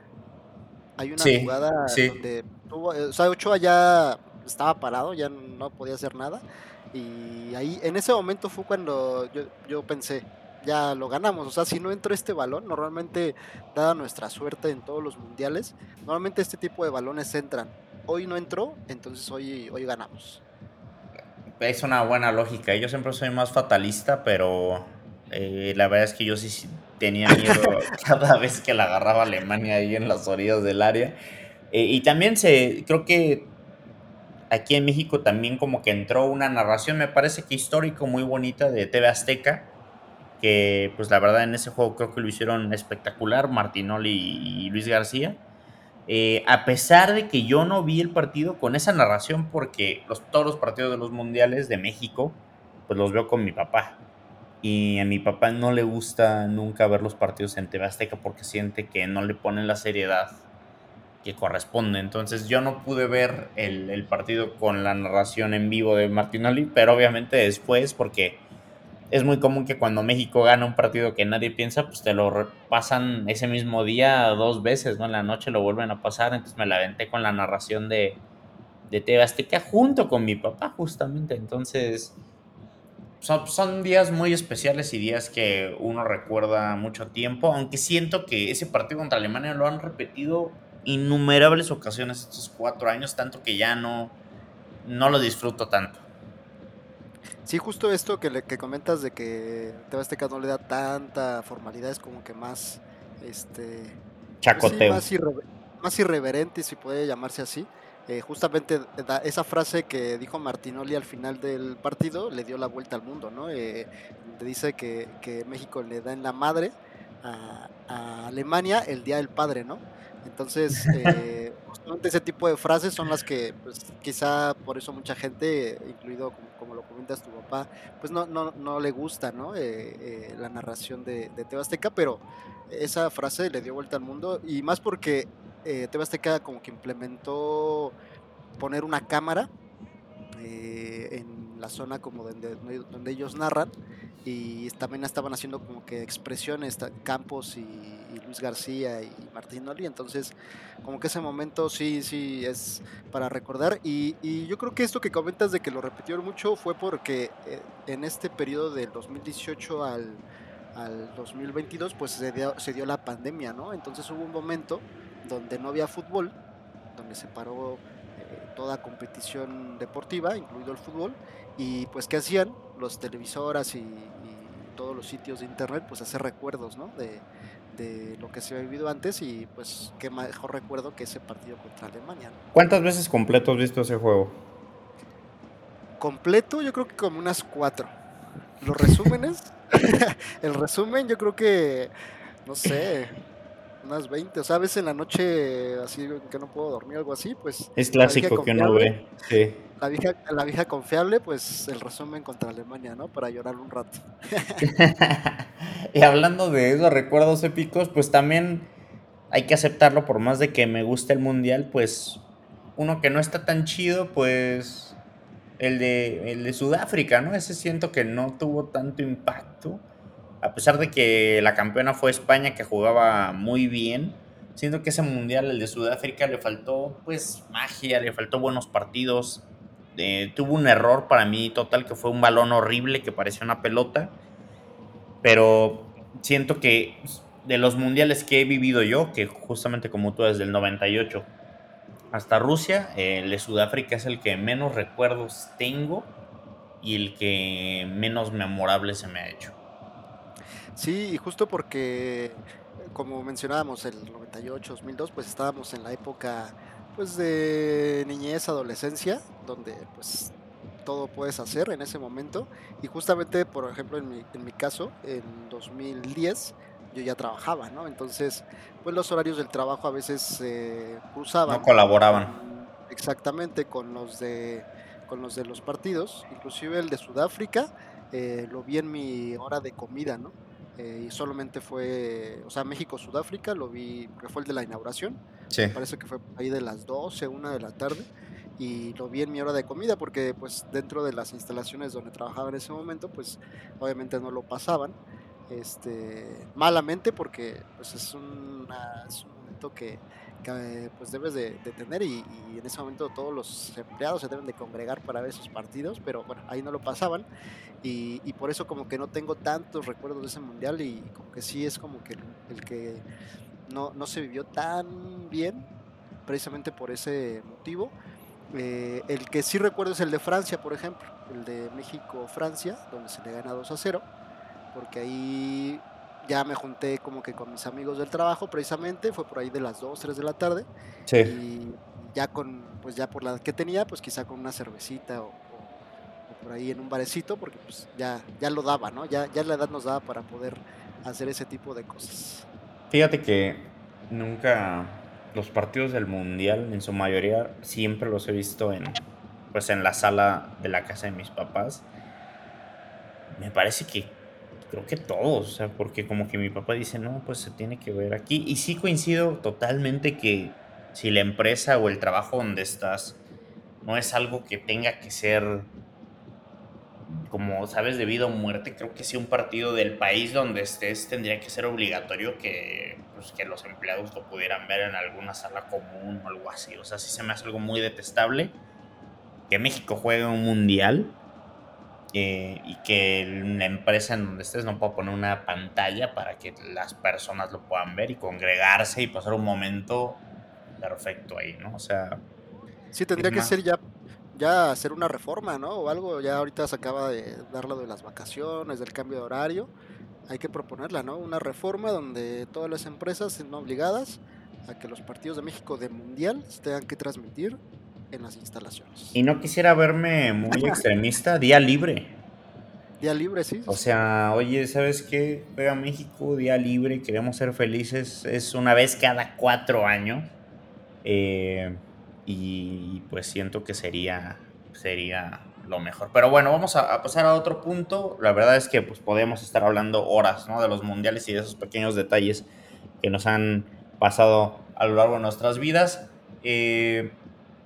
Hay una sí, jugada en sí. donde tuvo, eh, o sea, Ochoa ya estaba parado, ya no podía hacer nada. Y ahí, en ese momento fue cuando yo, yo pensé, ya lo ganamos. O sea, si no entró este balón, normalmente, dada nuestra suerte en todos los mundiales, normalmente este tipo de balones entran. Hoy no entró, entonces hoy, hoy ganamos. Es una buena lógica. Yo siempre soy más fatalista, pero eh, la verdad es que yo sí sí tenía miedo cada vez que la agarraba Alemania ahí en las orillas del área. Eh, y también se, creo que aquí en México también como que entró una narración, me parece que histórico, muy bonita de T V Azteca, que pues la verdad en ese juego creo que lo hicieron espectacular, Martinoli y Luis García. Eh, a pesar de que yo no vi el partido con esa narración, porque los, todos los partidos de los mundiales de México, pues los veo con mi papá. Y a mi papá no le gusta nunca ver los partidos en T V Azteca porque siente que no le ponen la seriedad que corresponde. Entonces yo no pude ver el, el partido con la narración en vivo de Martinoli, pero obviamente después, porque es muy común que cuando México gana un partido que nadie piensa, pues te lo pasan ese mismo día dos veces, ¿no? En la noche lo vuelven a pasar, entonces me la aventé con la narración de, de T V Azteca junto con mi papá, justamente. Entonces, son, son días muy especiales y días que uno recuerda mucho tiempo, aunque siento que ese partido contra Alemania lo han repetido innumerables ocasiones estos cuatro años, tanto que ya no, no lo disfruto tanto. Sí, justo esto que, le, que comentas de que T V Azteca no le da tanta formalidad, es como que más, este, pues sí, Chacoteo. más, irre- más irreverente, si puede llamarse así. Eh, justamente da- esa frase que dijo Martinoli al final del partido le dio la vuelta al mundo, ¿no? Eh, donde dice que, que México le da en la madre a, a Alemania el Día del Padre, ¿no? Entonces, eh, justamente ese tipo de frases son las que, pues, quizá por eso mucha gente, incluido como, como lo comentas tu papá, pues no, no, no le gusta, ¿no? Eh, eh, la narración de, de T V Azteca, pero esa frase le dio vuelta al mundo y más porque eh, T V Azteca como que implementó poner una cámara eh, en la zona como donde, donde ellos narran y también estaban haciendo como que expresiones, Campos y, y Luis García y Martinoli, entonces como que ese momento sí, sí es para recordar y, y yo creo que esto que comentas de que lo repitieron mucho fue porque eh, en este periodo del dos mil dieciocho al, al dos mil veintidós pues se dio, se dio la pandemia, ¿no? Entonces hubo un momento donde no había fútbol, donde se paró eh, toda competición deportiva, incluido el fútbol, y pues ¿qué hacían? Los televisoras y, y todos los sitios de internet, pues hacer recuerdos, ¿no? De, de lo que se había vivido antes y pues qué mejor recuerdo que ese partido contra Alemania, ¿no? ¿Cuántas veces completo has visto ese juego? Completo, yo creo que como unas cuatro. Los resúmenes, el resumen, yo creo que, no sé, unas veinte. O sea, a veces en la noche, así que no puedo dormir, algo así, pues Es la vieja clásico que uno confiable, ve, sí. la vieja, la vieja confiable, pues el resumen contra Alemania, ¿no? Para llorar un rato. Y hablando de esos recuerdos épicos, pues también hay que aceptarlo, por más de que me guste el mundial, pues uno que no está tan chido, pues el de, el de Sudáfrica, ¿no? Ese siento que no tuvo tanto impacto, a pesar de que la campeona fue España, que jugaba muy bien. Siento que ese mundial, el de Sudáfrica, le faltó pues magia, le faltó buenos partidos. Eh, tuvo un error para mí total, que fue un balón horrible que parecía una pelota, pero siento que de los mundiales que he vivido yo, que justamente como tú desde el noventa y ocho hasta Rusia, eh, el de Sudáfrica es el que menos recuerdos tengo y el que menos memorable se me ha hecho. Sí, y justo porque, eh, como mencionábamos, el noventa y ocho, dos mil dos, pues estábamos en la época, pues, de niñez, adolescencia, donde, pues, todo puedes hacer en ese momento. Y justamente, por ejemplo, en mi, en mi caso, en dos mil diez, yo ya trabajaba, ¿no? Entonces, pues los horarios del trabajo a veces se No cruzaban colaboraban. con, exactamente con los de, con los de los partidos, inclusive el de Sudáfrica, eh, lo vi en mi hora de comida, ¿no? Eh, y solamente fue, o sea, México-Sudáfrica, lo vi, porque fue el de la inauguración, Sí. me parece que fue ahí de las doce una de la tarde, y lo vi en mi hora de comida, porque pues dentro de las instalaciones donde trabajaba en ese momento, pues obviamente no lo pasaban, este, malamente, porque pues es, una, es un momento que, que, pues debes de, de tener y, y en ese momento todos los empleados se deben de congregar para ver esos partidos, pero bueno, ahí no lo pasaban y, y por eso como que no tengo tantos recuerdos de ese mundial y como que sí es como que el, el que no, no se vivió tan bien precisamente por ese motivo. Eh, el que sí recuerdo es el de Francia, por ejemplo, el de México-Francia, donde se le gana dos a cero, porque ahí ya me junté como que con mis amigos del trabajo precisamente, fue por ahí de las dos tres de la tarde Sí. y ya con, pues ya por la edad que tenía, pues quizá con una cervecita o, o, o por ahí en un barecito, porque pues ya, ya lo daba, ¿no? Ya, ya la edad nos daba para poder hacer ese tipo de cosas. Fíjate que nunca los partidos del mundial, en su mayoría, siempre los he visto en, pues en la sala de la casa de mis papás. Me parece que creo que todos, o sea, porque como que mi papá dice, no, pues se tiene que ver aquí. Y sí coincido totalmente que si la empresa o el trabajo donde estás no es algo que tenga que ser como, sabes, debido a muerte, creo que si un partido del país donde estés tendría que ser obligatorio que, pues, que los empleados lo pudieran ver en alguna sala común o algo así. O sea, sí se me hace algo muy detestable que México juegue un mundial, eh, y que la empresa en donde estés no pueda poner una pantalla para que las personas lo puedan ver y congregarse y pasar un momento perfecto ahí, ¿no? O sea, Sí, es tendría que más. ser ya, ya hacer una reforma, ¿no? O algo, ya ahorita se acaba de dar lo de las vacaciones, del cambio de horario, hay que proponerla, ¿no? Una reforma donde todas las empresas estén obligadas a que los partidos de México de Mundial se tengan que transmitir en las Y instalaciones. no quisiera verme muy extremista, día libre. Día libre, sí, sí, O sí. sea, oye, ¿sabes qué? Juega México, día libre, queremos ser felices. Es una vez cada cuatro años. eh, y pues siento que sería, sería lo mejor. Pero bueno, vamos a, a pasar a otro punto. La verdad es que pues podemos estar hablando horas, ¿no? De los mundiales y de esos pequeños detalles que nos han pasado a lo largo de nuestras vidas. Eh,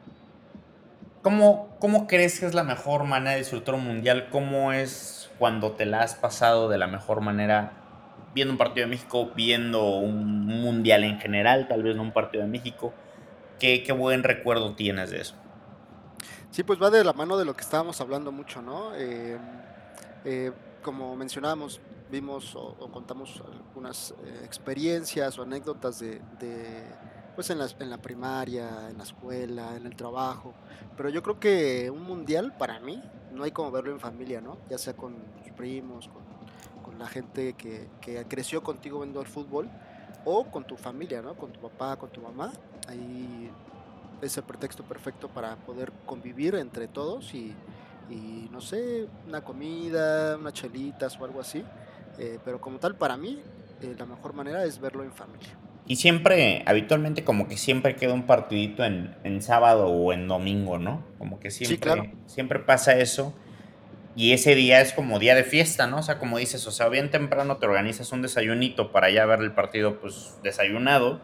¿Cómo, cómo crees que es la mejor manera de disfrutar un mundial? ¿Cómo es cuando te la has pasado de la mejor manera? viendo un partido de México, viendo un mundial en general, tal vez no un partido de México. ¿Qué, qué buen recuerdo tienes de eso? Sí, pues va de la mano de lo que estábamos hablando mucho, ¿no? Em, eh, como mencionábamos, vimos o, o contamos algunas eh, experiencias o anécdotas de, de, pues en la, en la primaria, en la escuela, en el trabajo, pero yo creo que un mundial para mí no hay como verlo en familia, ¿no? Ya sea con tus primos, con, con la gente que, que creció contigo viendo el fútbol o con tu familia, ¿no? Con tu papá, con tu mamá. Ahí es el pretexto perfecto para poder convivir entre todos y, y no sé, una comida, unas chelitas o algo así. Eh, pero como tal, para mí, eh, la mejor manera es verlo en familia. Y siempre, habitualmente, como que siempre queda un partidito en, en sábado o en domingo, ¿no? Como que Sí, claro. siempre, siempre pasa eso. Y ese día es como día de fiesta, ¿no? O sea, como dices, o sea, bien temprano te organizas un desayunito para ya ver el partido, pues, desayunado.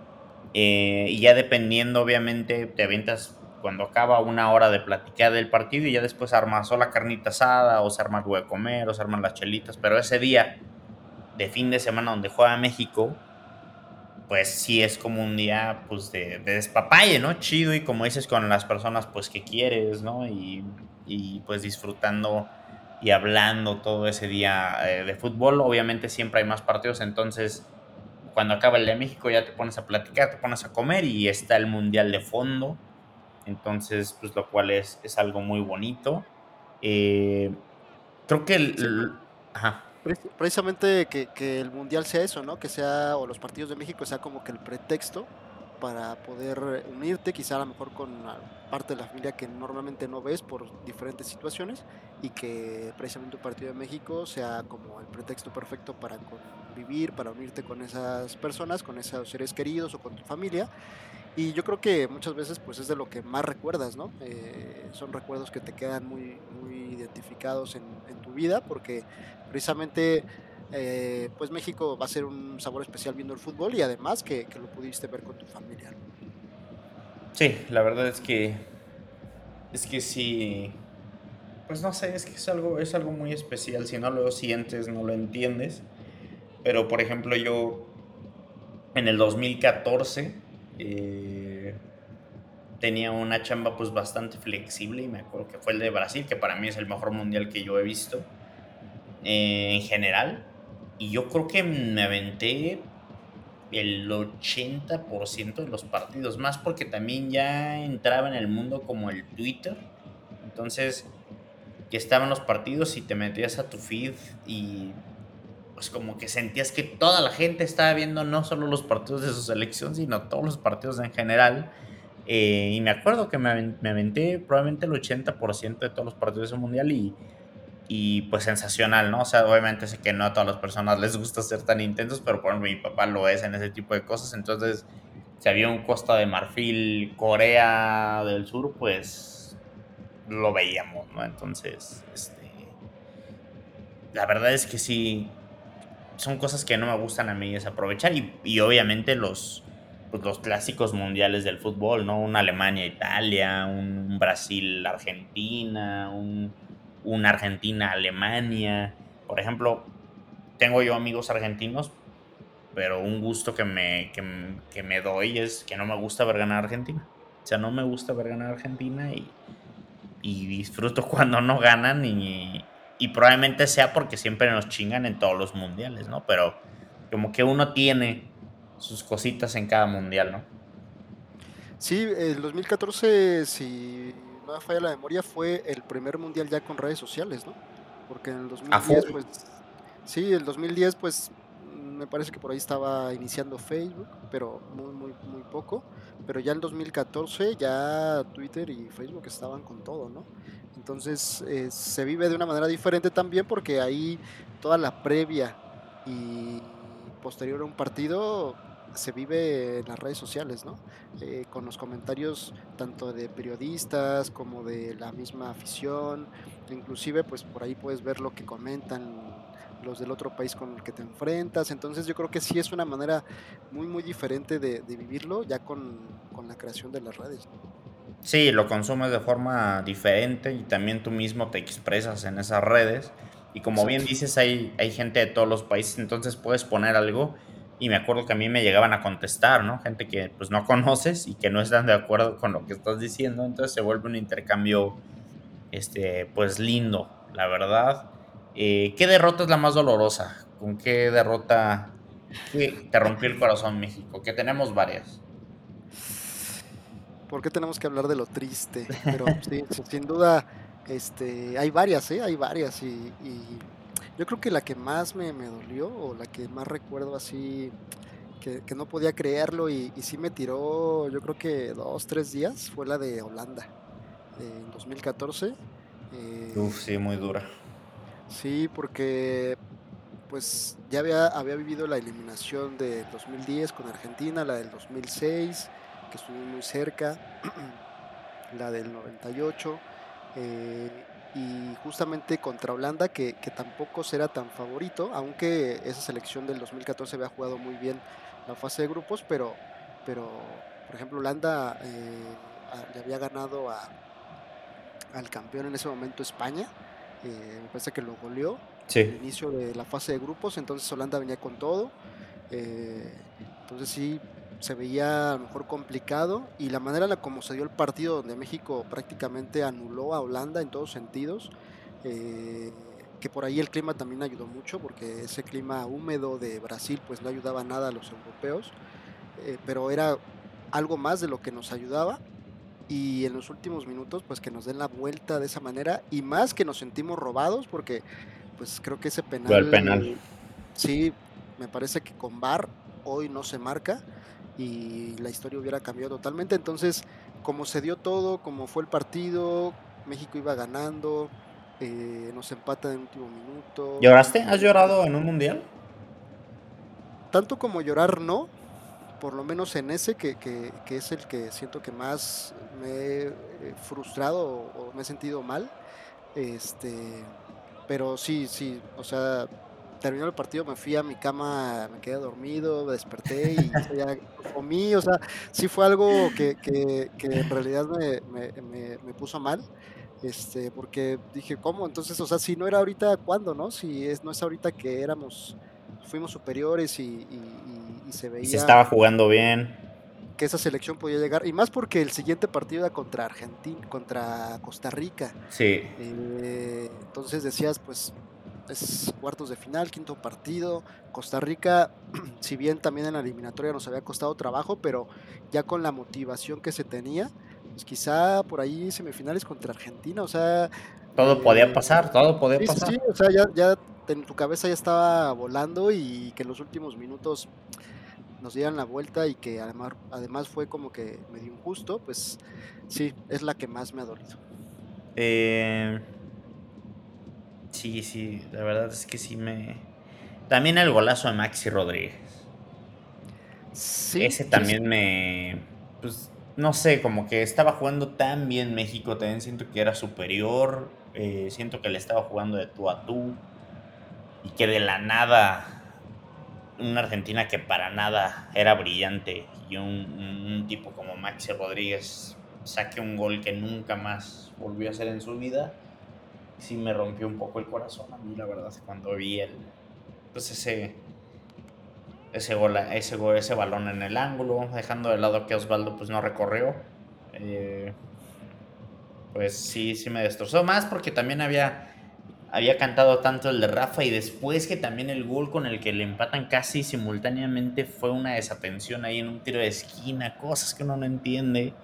Eh, y ya dependiendo, obviamente, te avientas cuando acaba una hora de platicar del partido y ya después armas o la carnita asada, o se arma algo de comer, o se arman las chelitas. Pero ese día de fin de semana donde juega México, pues sí es como un día, pues, de, de despapalle, ¿no? Chido, y como dices, con las personas, pues, que quieres, ¿no? Y, y pues disfrutando y hablando todo ese día eh, de fútbol. Obviamente siempre hay más partidos, entonces cuando acaba el de México ya te pones a platicar, te pones a comer y está el Mundial de fondo. Entonces, pues lo cual es, es algo muy bonito. Eh, creo que Sí, el... Ajá. Preci- Precisamente que, que el mundial sea eso, ¿no? Que sea, o los partidos de México sea como que el pretexto para poder unirte, quizá a lo mejor con la parte de la familia que normalmente no ves por diferentes situaciones, y que precisamente un partido de México sea como el pretexto perfecto para convivir, para unirte con esas personas, con esos seres queridos o con tu familia. Y yo creo que muchas veces pues es de lo que más recuerdas, ¿no? Eh, son recuerdos que te quedan muy, muy identificados en, en tu vida porque precisamente eh, pues México va a ser un sabor especial viendo el fútbol y además que, que lo pudiste ver con tu familia, ¿no? Sí, la verdad es que es que sí, pues no sé, es que es algo es algo muy especial. Si no lo sientes, no lo entiendes. Pero por ejemplo, yo en el dos mil catorce eh, tenía una chamba pues bastante flexible y me acuerdo que fue el de Brasil, que para mí es el mejor mundial que yo he visto eh, en general. Y yo creo que me aventé el ochenta por ciento de los partidos, más porque también ya entraba en el mundo como el Twitter. Entonces, que estaban los partidos y te metías a tu feed y pues como que sentías que toda la gente estaba viendo no solo los partidos de su selección, sino todos los partidos en general. Eh, y me acuerdo que me, aven- me aventé probablemente el ochenta por ciento de todos los partidos de ese mundial y, y pues sensacional, ¿no? O sea, obviamente sé que no a todas las personas les gusta ser tan intensos, pero por ejemplo mi papá lo es en ese tipo de cosas. Entonces, si había un Costa de Marfil, Corea del Sur, pues lo veíamos, ¿no? Entonces, este, la verdad es que sí, son cosas que no me gustan a mí desaprovechar y, y obviamente los, pues los clásicos mundiales del fútbol, ¿no? Un Alemania-Italia, un Brasil-Argentina, un, un Argentina-Alemania. Por ejemplo, tengo yo amigos argentinos, pero un gusto que me, que, m- que me doy es que no me gusta ver ganar a Argentina. O sea, no me gusta ver ganar a Argentina y, y disfruto cuando no ganan y, y probablemente sea porque siempre nos chingan en todos los mundiales, ¿no? Pero como que uno tiene sus cositas en cada mundial, ¿no? Sí, el dos mil catorce, si no me falla la memoria, fue el primer mundial ya con redes sociales, ¿no? Porque en el A dos mil diez, full. pues, sí, el dos mil diez, pues, mm, me parece que por ahí estaba iniciando Facebook, pero muy, muy, muy poco. Pero ya en dos mil catorce ya Twitter y Facebook estaban con todo, ¿no? Entonces, eh, se vive de una manera diferente también porque ahí toda la previa y posterior a un partido se vive en las redes sociales, ¿no? Eh, con los comentarios tanto de periodistas como de la misma afición, inclusive pues por ahí puedes ver lo que comentan los del otro país con el que te enfrentas. Entonces yo creo que sí es una manera muy muy diferente de, de vivirlo ya con, con la creación de las redes, ¿no? Sí, lo consumes de forma diferente y también tú mismo te expresas en esas redes. Y como bien exacto. dices, hay, hay gente de todos los países, entonces puedes poner algo y me acuerdo que a mí me llegaban a contestar, ¿no? Gente que pues no conoces y que no están de acuerdo con lo que estás diciendo, entonces se vuelve un intercambio, este, pues lindo, la verdad. Eh, ¿qué derrota es la más dolorosa? ¿Con qué derrota que te rompió el corazón México? Que tenemos varias. ¿Por qué tenemos que hablar de lo triste? Pero sí, sí, sin duda, este, hay varias, ¿eh? Hay varias y, y yo creo que la que más me, me dolió o la que más recuerdo así, que, que no podía creerlo y, y sí me tiró, yo creo que dos, tres días, fue la de Holanda, eh, en dos mil catorce. Uf, Eh, sí, muy dura. sí, porque pues ya había, había vivido la eliminación del dos mil diez con Argentina, la del dos mil seis, que estuvo muy cerca, la del noventa y ocho, eh, y justamente contra Holanda, que, que tampoco será tan favorito, aunque esa selección del dos mil catorce había jugado muy bien la fase de grupos, pero, pero por ejemplo, Holanda eh, a- le había ganado a, al campeón en ese momento España, eh, me parece que lo goleó al Sí. inicio de la fase de grupos, entonces Holanda venía con todo, eh, entonces sí se veía a lo mejor complicado y la manera en la como se dio el partido donde México prácticamente anuló a Holanda en todos sentidos, eh, que por ahí el clima también ayudó mucho porque ese clima húmedo de Brasil pues no ayudaba nada a los europeos, eh, pero era algo más de lo que nos ayudaba y en los últimos minutos pues que nos den la vuelta de esa manera y más que nos sentimos robados porque pues creo que ese Lo del penal. penal sí me parece que con V A R hoy no se marca y la historia hubiera cambiado totalmente. Entonces, como se dio todo, como fue el partido, México iba ganando, eh, nos empatan en el último minuto. ¿Lloraste? ¿Has eh, llorado en un mundial? Tanto como llorar no, por lo menos en ese que, que, que es el que siento que más me he eh, frustrado o, o me he sentido mal. Este, pero sí, sí, o sea, terminó el partido, me fui a mi cama, me quedé dormido, me desperté y eso ya comí, o sea, sí fue algo que, que, que en realidad me, me, me, me puso mal, este, porque dije, ¿cómo? Entonces, o sea, si no era ahorita, ¿cuándo, no? Si es, no es ahorita que éramos, fuimos superiores y, y, y, y se Y se veía estaba jugando bien. que esa selección podía llegar, y más porque el siguiente partido era contra Argentina, contra Costa Rica, Sí. eh, entonces decías, pues es cuartos de final, quinto partido. Costa Rica, si bien también en la eliminatoria nos había costado trabajo, pero ya con la motivación que se tenía, pues quizá por ahí semifinales contra Argentina, o sea, Todo podía eh, pasar, todo podía sí, sí, pasar. sí, o sea, ya, ya en tu cabeza ya estaba volando y que en los últimos minutos nos dieran la vuelta y que además, además fue como que medio injusto, pues sí, es la que más me ha dolido. Eh, sí, sí, la verdad es que sí me... También el golazo de Maxi Rodríguez. Sí, Ese sí, sí. también me... Pues, no sé, como que estaba jugando tan bien México, también siento que era superior, eh, siento que le estaba jugando de tú a tú, y que de la nada, una Argentina que para nada era brillante, y un, un- un tipo como Maxi Rodríguez saque un gol que nunca más volvió a hacer en su vida, sí me rompió un poco el corazón a mí, la verdad, cuando vi el, pues ese, ese gol, ese gol, ese balón en el ángulo, dejando de lado que Osvaldo pues no recorrió. Eh, pues sí, sí me destrozó más porque también había, había cantado tanto el de Rafa y después que también el gol con el que le empatan casi simultáneamente fue una desatención ahí en un tiro de esquina, cosas que uno no entiende.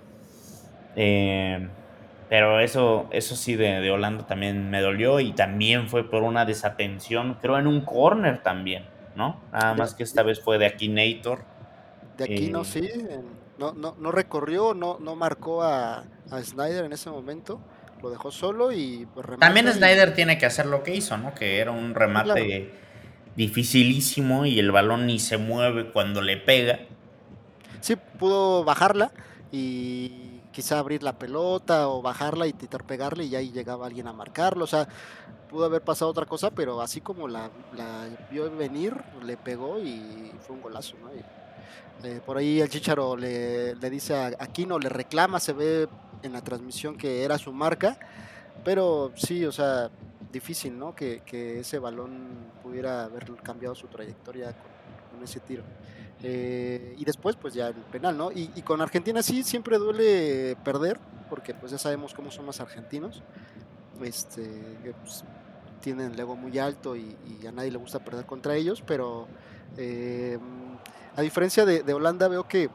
Eh, pero eso, eso sí de, de Holanda también me dolió y también fue por una desatención, creo en un corner también, ¿no? Nada De, más que esta vez fue de Akinator. de aquí no, Eh, sí, en- no, no, no recorrió, no, no marcó a, a Snyder en ese momento, lo dejó solo y pues también remata y Snyder tiene que hacer lo que hizo, ¿no? Que era un sí, claro. remate dificilísimo y el balón ni se mueve cuando le pega. Sí, pudo bajarla y quizá abrir la pelota o bajarla y intentar pegarle y ahí llegaba alguien a marcarlo, o sea, pudo haber pasado otra cosa, pero así como la, la vio venir, le pegó y fue un golazo, ¿no? Y, eh, por ahí el Chicharo le, le dice a Aquino, le reclama, se ve en la transmisión que era su marca, pero sí, o sea, difícil, ¿no? Que, que ese balón pudiera haber cambiado su trayectoria con, con ese tiro. Eh, y después, pues ya el penal, ¿no? Y, y con Argentina sí siempre duele perder, porque pues ya sabemos cómo son los argentinos, este, que, pues, tienen el ego muy alto y, y a nadie le gusta perder contra ellos, pero eh, a diferencia de, de Holanda veo que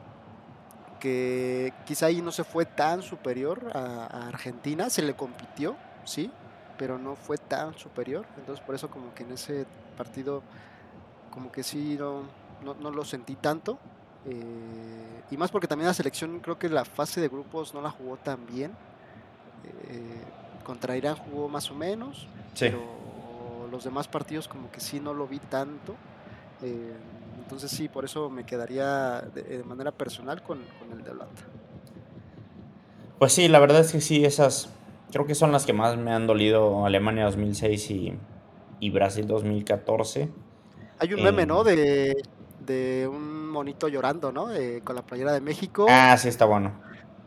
que quizá ahí no se fue tan superior a, a Argentina, se le compitió, sí, pero no fue tan superior, entonces por eso como que en ese partido como que sí no, no, no lo sentí tanto, eh, y más porque también la selección creo que la fase de grupos no la jugó tan bien, eh, contra Irán jugó más o menos, Sí. pero los demás partidos como que sí no lo vi tanto, eh, entonces sí, por eso me quedaría de, de manera personal con, con el de Holanda. Pues sí, la verdad es que sí, esas creo que son las que más me han dolido, Alemania dos mil seis y y Brasil dos mil catorce. Hay un meme, ¿no? Eh, De, de un monito llorando, ¿no? Eh, con la playera de México. ah, sí está bueno.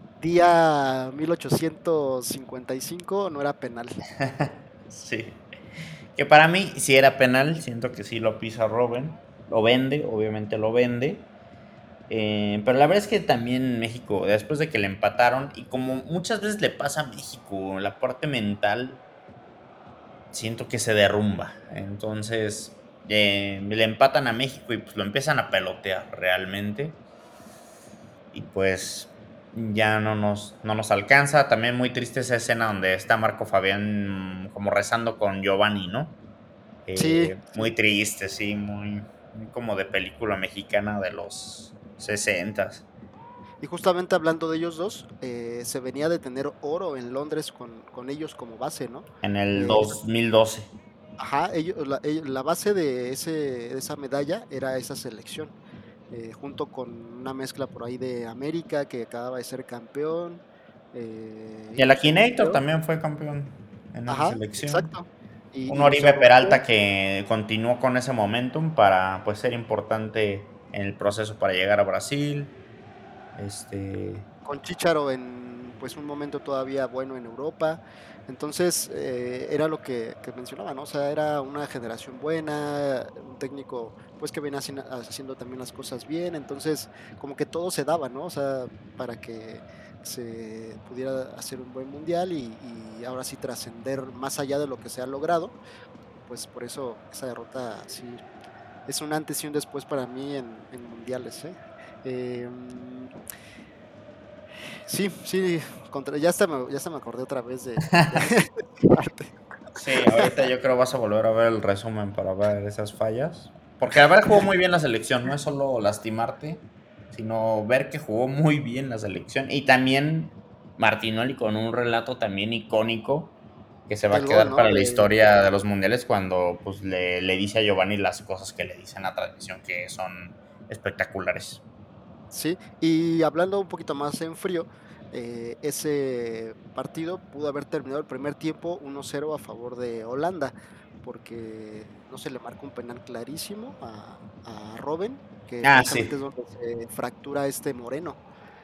Día mil ochocientos cincuenta y cinco no era penal. Sí. Que para mí sí era penal, siento que sí lo pisa Robben, lo vende, obviamente lo vende. Eh, pero la verdad es que también México, después de que le empataron, y como muchas veces le pasa a México, la parte mental siento que se derrumba. Entonces, eh, le empatan a México y pues lo empiezan a pelotear realmente. Y pues ya no nos, no nos alcanza. También muy triste esa escena donde está Marco Fabián mm, como rezando con Giovanni, ¿no? Sí, Eh, sí. muy triste, sí, muy, muy como de película mexicana de los sesentas. Y justamente hablando de ellos dos, eh, se venía de tener oro en Londres con, con ellos como base, ¿no? En el Eh, dos mil doce. ajá, ellos, la, ellos- la base de, ese, de esa medalla era esa selección, eh, junto con una mezcla por ahí de América, que acababa de ser campeón, eh, Y el incluso Akinator europeo. también fue campeón en esa Ajá, selección. exacto. Y, Un y los Oribe europeos, Peralta que continuó con ese momentum para pues ser importante en el proceso para llegar a Brasil. Este, con Chicharo en pues un momento todavía bueno en Europa. Entonces, eh, era lo que, que mencionaba, ¿no? O sea, era una generación buena, un técnico pues que venía haciendo, haciendo también las cosas bien. Entonces, como que todo se daba, ¿no? O sea, para que se pudiera hacer un buen mundial y, y ahora sí trascender más allá de lo que se ha logrado. Pues por eso esa derrota sí es un antes y un después para mí en, en mundiales, ¿eh? Em, Sí, sí, contra, ya hasta me, ya hasta me acordé otra vez de, de esa parte. sí, ahorita yo creo vas a volver a ver el resumen para ver esas fallas. Porque la verdad jugó muy bien la selección, no es solo lastimarte, sino ver que jugó muy bien la selección. Y también Martinoli con un relato también icónico que se va a El gol, quedar ¿no? para la De, historia de los mundiales cuando pues, le, le dice a Giovanni las cosas que le dice en la transmisión que son espectaculares. sí, y hablando un poquito más en frío, eh, ese partido pudo haber terminado el primer tiempo uno cero a favor de Holanda, porque no se le marca un penal clarísimo a, a Robben, que Ah, sí, precisamente es donde se fractura este Moreno,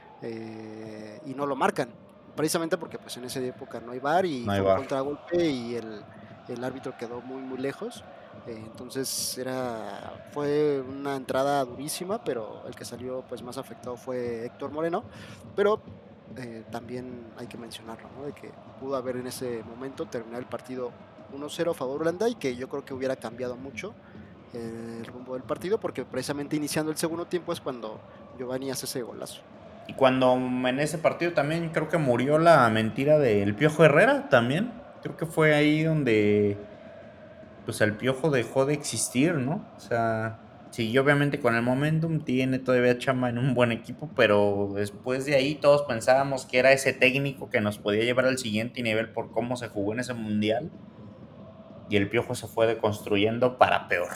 eh, y no lo marcan, precisamente porque pues en esa época no hay V A R y no hay fue un bar. contragolpe y el, el árbitro quedó muy muy lejos. Eh, entonces era, fue una entrada durísima, pero el que salió pues más afectado fue Héctor Moreno, pero eh, también hay que mencionarlo, ¿no? De que pudo haber en ese momento terminar el partido uno cero a favor de Holanda y que yo creo que hubiera cambiado mucho eh, el rumbo del partido, porque precisamente iniciando el segundo tiempo es cuando Giovanni hace ese golazo. Y cuando en ese partido también creo que murió la mentira del Piojo Herrera también. Creo que fue ahí donde pues el Piojo dejó de existir, ¿no? O sea, siguió obviamente con el momentum, tiene todavía chamba en un buen equipo, pero después de ahí todos pensábamos que era ese técnico que nos podía llevar al siguiente nivel por cómo se jugó en ese mundial y el Piojo se fue deconstruyendo para peor.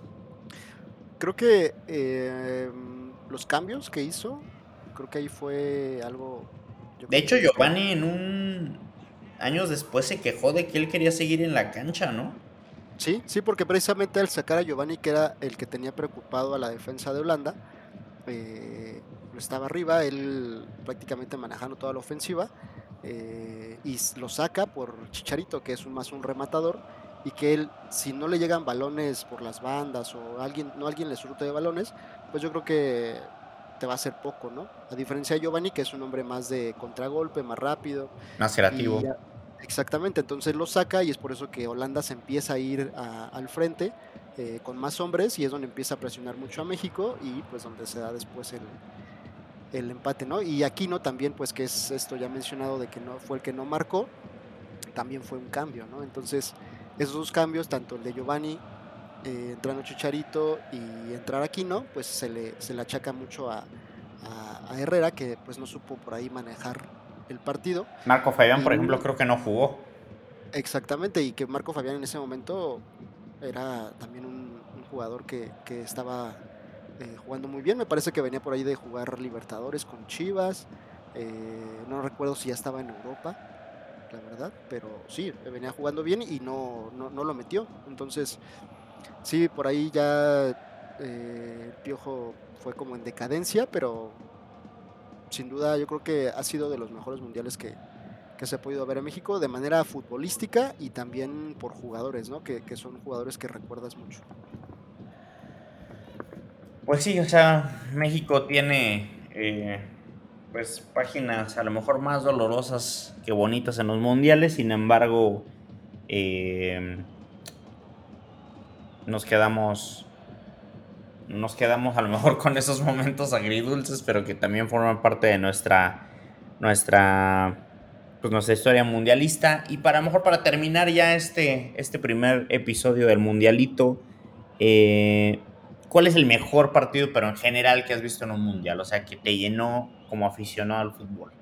Creo que eh, los cambios que hizo, creo que ahí fue algo, yo De creo hecho, que clave. Giovanni en un años después se quejó de que él quería seguir en la cancha, ¿no? Sí, sí, porque precisamente al sacar a Giovanni, que era el que tenía preocupado a la defensa de Holanda, eh, estaba arriba, él prácticamente manejando toda la ofensiva, eh, y s- lo saca por Chicharito, que es un, más un rematador, y que él, si no le llegan balones por las bandas o alguien, no alguien le surte de balones, pues yo creo que te va a hacer poco, ¿no? A diferencia de Giovanni, que es un hombre más de contragolpe, más rápido, Más y creativo. ya- exactamente, entonces lo saca y es por eso que Holanda se empieza a ir a- al frente eh, con más hombres y es donde empieza a presionar mucho a México y pues donde se da después el, el empate, ¿no? Y Aquino también, pues que es esto ya mencionado de que no fue el que no marcó, también fue un cambio, ¿no? Entonces, esos dos cambios, tanto el de Giovanni eh, entrando Chicharito y entrar Aquino, pues se le, se le achaca mucho a, a, a Herrera, que pues no supo por ahí manejar el partido. Marco Fabián, por ejemplo, Y creo que no jugó. exactamente, y que Marco Fabián en ese momento era también un, un jugador que, que estaba eh, jugando muy bien. Me parece que venía por ahí de jugar Libertadores con Chivas. Eh, no recuerdo si ya estaba en Europa, la verdad, pero sí, venía jugando bien y no, no, no lo metió. Entonces, sí, por ahí ya eh, el Piojo fue como en decadencia, pero sin duda yo creo que ha sido de los mejores mundiales que, que se ha podido ver en México de manera futbolística y también por jugadores, ¿no? Que, que son jugadores que recuerdas mucho. Pues sí, o sea, México tiene eh, pues páginas a lo mejor más dolorosas que bonitas en los mundiales, sin embargo, eh, nos quedamos nos quedamos a lo mejor con esos momentos agridulces, pero que también forman parte de nuestra nuestra pues nuestra historia mundialista. Y para a lo mejor para terminar ya este, este primer episodio del mundialito, eh, ¿cuál es el mejor partido, pero en general, que has visto en un mundial? O sea, que te llenó como aficionado al fútbol.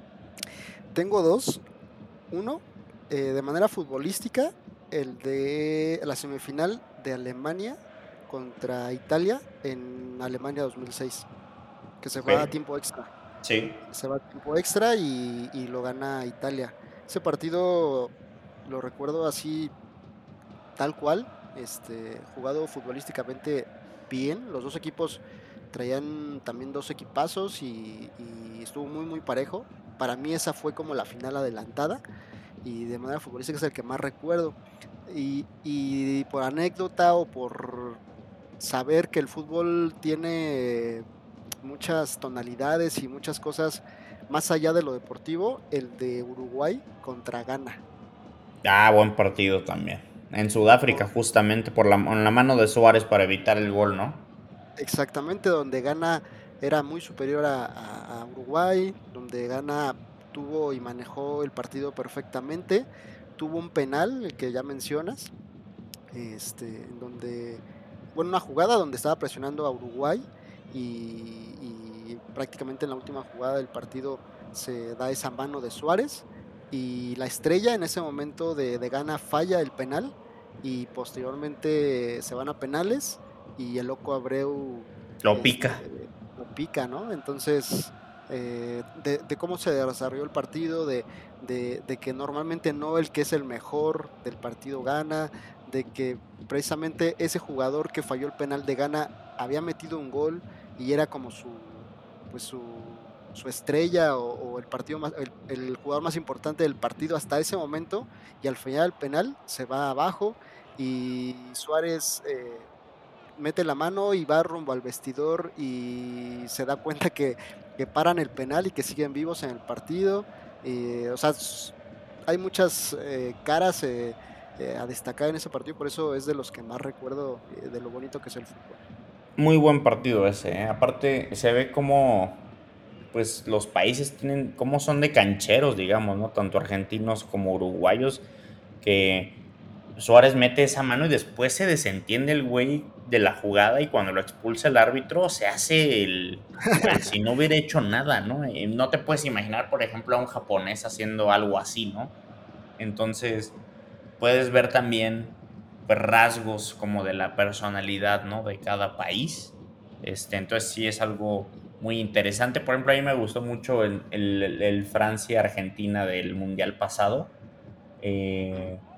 Tengo dos. Uno, eh, de manera futbolística, el de la semifinal de Alemania contra Italia en Alemania dos mil seis, que se Ok. va a tiempo extra. Sí. Se va a tiempo extra y, y lo gana Italia. Ese partido lo recuerdo así, tal cual, este, jugado futbolísticamente bien. Los dos equipos traían también dos equipazos y, y estuvo muy, muy parejo. Para mí esa fue como la final adelantada y de manera futbolística es el que más recuerdo. Y, y por anécdota o por saber que el fútbol tiene muchas tonalidades y muchas cosas más allá de lo deportivo, el de Uruguay contra Ghana. Ah, buen partido también. En Sudáfrica, Por, justamente por la, en la mano de Suárez para evitar el gol, ¿no? exactamente, donde Ghana era muy superior a, a- a Uruguay, donde Ghana tuvo y manejó el partido perfectamente, tuvo un penal, el que ya mencionas, este, en donde, bueno, una jugada donde estaba presionando a Uruguay y, y prácticamente en la última jugada del partido se da esa mano de Suárez y la estrella en ese momento de, de Ghana falla el penal y posteriormente se van a penales y el loco Abreu Lo pica. este, lo pica, ¿no? Entonces, eh, de, de cómo se desarrolló el partido, de, de, de que normalmente no el que es el mejor del partido gana, de que precisamente ese jugador que falló el penal de Ghana había metido un gol y era como su, pues su, su estrella o, o el partido más, el, el, jugador más importante del partido hasta ese momento y al final el penal se va abajo y Suárez eh, mete la mano y va rumbo al vestidor y se da cuenta que, que paran el penal y que siguen vivos en el partido. Eh, o sea, hay muchas eh, caras eh, eh, a destacar en ese partido, por eso es de los que más recuerdo eh, de lo bonito que es el fútbol. Muy buen partido ese, ¿eh? Aparte, se ve como, pues, los países tienen, cómo son de cancheros, digamos, ¿no? Tanto argentinos como uruguayos, que Suárez mete esa mano y después se desentiende el güey de la jugada y cuando lo expulsa el árbitro se hace el, cual si no hubiera hecho nada, ¿no? Eh, no te puedes imaginar, por ejemplo, a un japonés haciendo algo así, ¿no? Entonces, puedes ver también pues, rasgos como de la personalidad, ¿no? De cada país. Este, entonces sí es algo muy interesante. Por ejemplo, a mí me gustó mucho el, el- el- el Francia-Argentina del Mundial pasado. Ujú. Eh,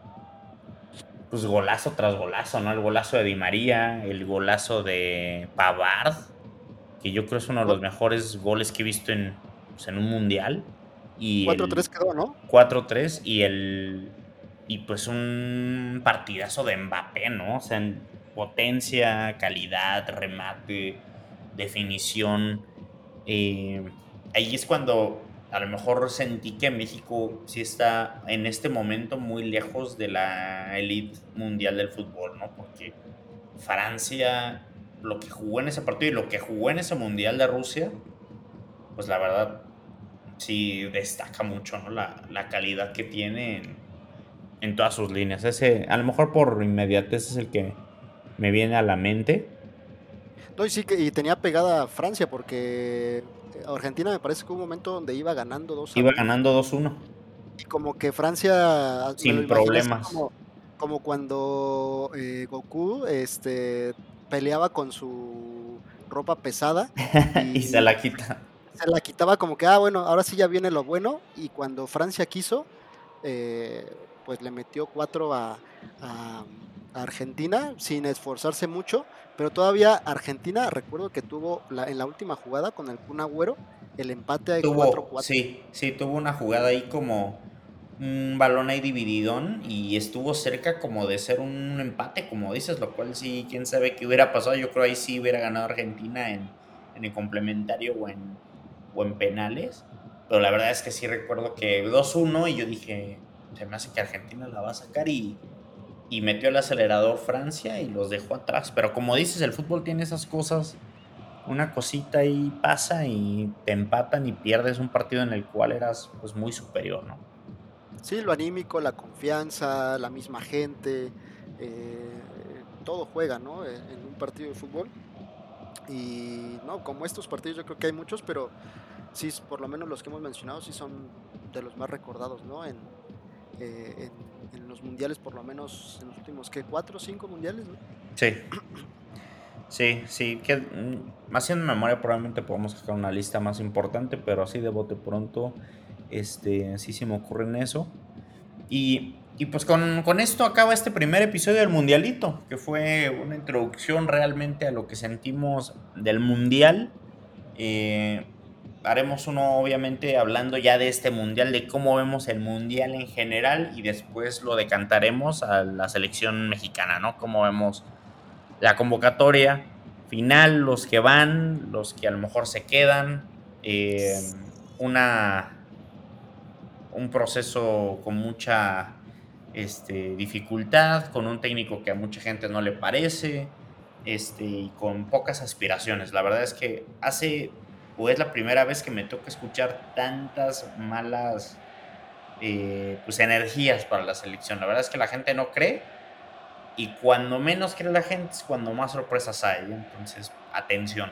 pues golazo tras golazo, ¿no? El golazo de Di María, el golazo de Pavard, que yo creo es uno de los mejores goles que he visto en, pues, en un Mundial. Y cuatro el tres quedó, ¿no? cuatro tres y el y pues un partidazo de Mbappé, ¿no? O sea, en potencia, calidad, remate, definición. Eh, ahí es cuando a lo mejor sentí que México sí está en este momento muy lejos de la elite mundial del fútbol, ¿no? Porque Francia, lo que jugó en ese partido y lo que jugó en ese mundial de Rusia, pues la verdad sí destaca mucho, ¿no? La, la calidad que tiene en, en todas sus líneas. Ese, a lo mejor por inmediatez es el que me viene a la mente. No, y sí que y tenía pegada a Francia porque eh, Argentina me parece que hubo un momento donde iba ganando dos a Iba uno ganando dos uno, y como que Francia, me lo sin imaginé así problemas. como, como cuando eh, Goku este, peleaba con su ropa pesada Y se y la quita. se la quitaba como que, ah, bueno, ahora sí ya viene lo bueno y cuando Francia quiso, eh, pues le metió cuatro a, a- a Argentina sin esforzarse mucho, pero todavía Argentina, recuerdo que tuvo la, en la última jugada con el Kun Agüero el empate de cuatro Tuvo, cuatro. sí, sí, tuvo una jugada ahí como un balón ahí divididón y estuvo cerca como de ser un empate, como dices, lo cual sí, quién sabe qué hubiera pasado. Yo creo ahí sí hubiera ganado Argentina en, en el complementario o en, o en penales. Pero la verdad es que sí recuerdo que dos uno y yo dije, se me hace que Argentina la va a sacar y, y metió el acelerador Francia y los dejó atrás. Pero como dices, el fútbol tiene esas cosas, una cosita ahí pasa y te empatan y pierdes un partido en el cual eras pues muy superior, ¿no? Sí, lo anímico, la confianza, la misma gente, eh, todo juega, ¿no? En, en un partido de fútbol. Y no, como estos partidos yo creo que hay muchos, pero sí, por lo menos los que hemos mencionado, sí son de los más recordados, ¿no? En, eh, en, en los mundiales, por lo menos en los últimos, ¿qué? ¿Cuatro o cinco mundiales, no? Sí, sí, sí, que mm, haciendo memoria probablemente podemos sacar una lista más importante, pero así de bote pronto, este, sí se me ocurre en eso. Y, y pues con, con esto acaba este primer episodio del Mundialito, que fue una introducción realmente a lo que sentimos del Mundial. Eh, Haremos uno, obviamente, hablando ya de este Mundial, de cómo vemos el Mundial en general y después lo decantaremos a la selección mexicana, ¿no? Cómo vemos la convocatoria final, los que van, los que a lo mejor se quedan, eh, una un proceso con mucha este, dificultad, con un técnico que a mucha gente no le parece, este, y con pocas aspiraciones. La verdad es que hace, o es la primera vez que me toca escuchar tantas malas eh, pues, energías para la selección. La verdad es que la gente no cree, y cuando menos cree la gente es cuando más sorpresas hay. Entonces, atención.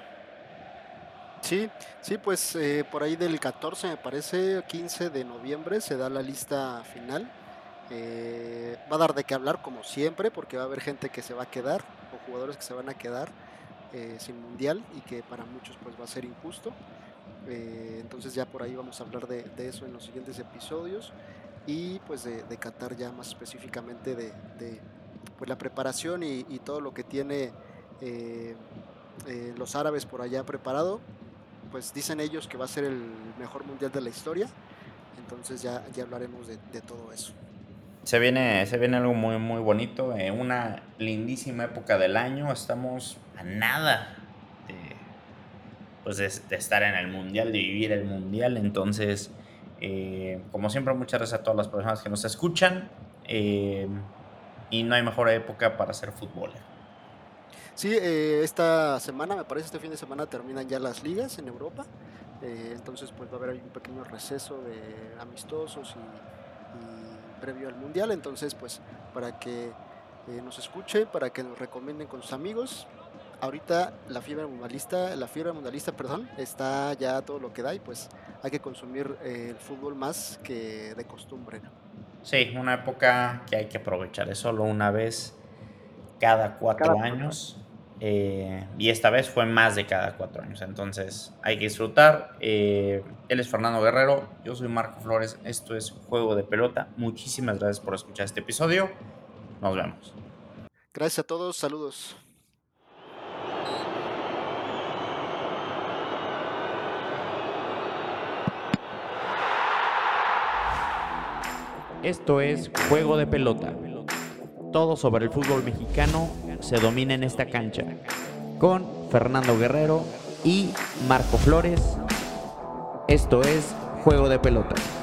Sí, sí, pues eh, por ahí del catorce, me parece, quince de noviembre se da la lista final. Eh, va a dar de qué hablar como siempre, porque va a haber gente que se va a quedar o jugadores que se van a quedar eh, sin mundial y que para muchos pues va a ser injusto. Eh, entonces ya por ahí vamos a hablar de, de eso en los siguientes episodios y pues de, de Qatar ya más específicamente de, de, pues la preparación y, y todo lo que tiene eh, eh, los árabes por allá preparado. Pues dicen ellos que va a ser el mejor mundial de la historia, entonces ya, ya hablaremos de, de todo eso. Se viene, se viene algo muy, muy bonito, eh, una lindísima época del año. Estamos a nada de, pues de, de estar en el mundial, de vivir el mundial. Entonces, eh, como siempre, muchas gracias a todas las personas que nos escuchan. eh, y no hay mejor época para ser futbolero. Sí, eh, esta semana, me parece este fin de semana terminan ya las ligas en Europa, eh, entonces pues va a haber ahí un pequeño receso de amistosos y, y previo al mundial, entonces pues para que eh, nos escuche, para que nos recomienden con sus amigos. Ahorita la fiebre mundialista, la fiebre mundialista, perdón, está ya todo lo que da y pues hay que consumir eh, el fútbol más que de costumbre, ¿no? Sí, una época que hay que aprovechar. Es solo una vez cada Cada cuatro cuatro años. años. Eh, y esta vez fue más de cada cuatro años. Entonces hay que disfrutar. Eh, él es Fernando Guerrero, yo soy Marco Flores. Esto es Juego de Pelota. Muchísimas gracias por escuchar este episodio. Nos vemos. Gracias a todos, saludos. Esto es Juego de Pelota. Todo sobre el fútbol mexicano se domina en esta cancha. Con Fernando Guerrero y Marco Flores. Esto es Juego de Pelota.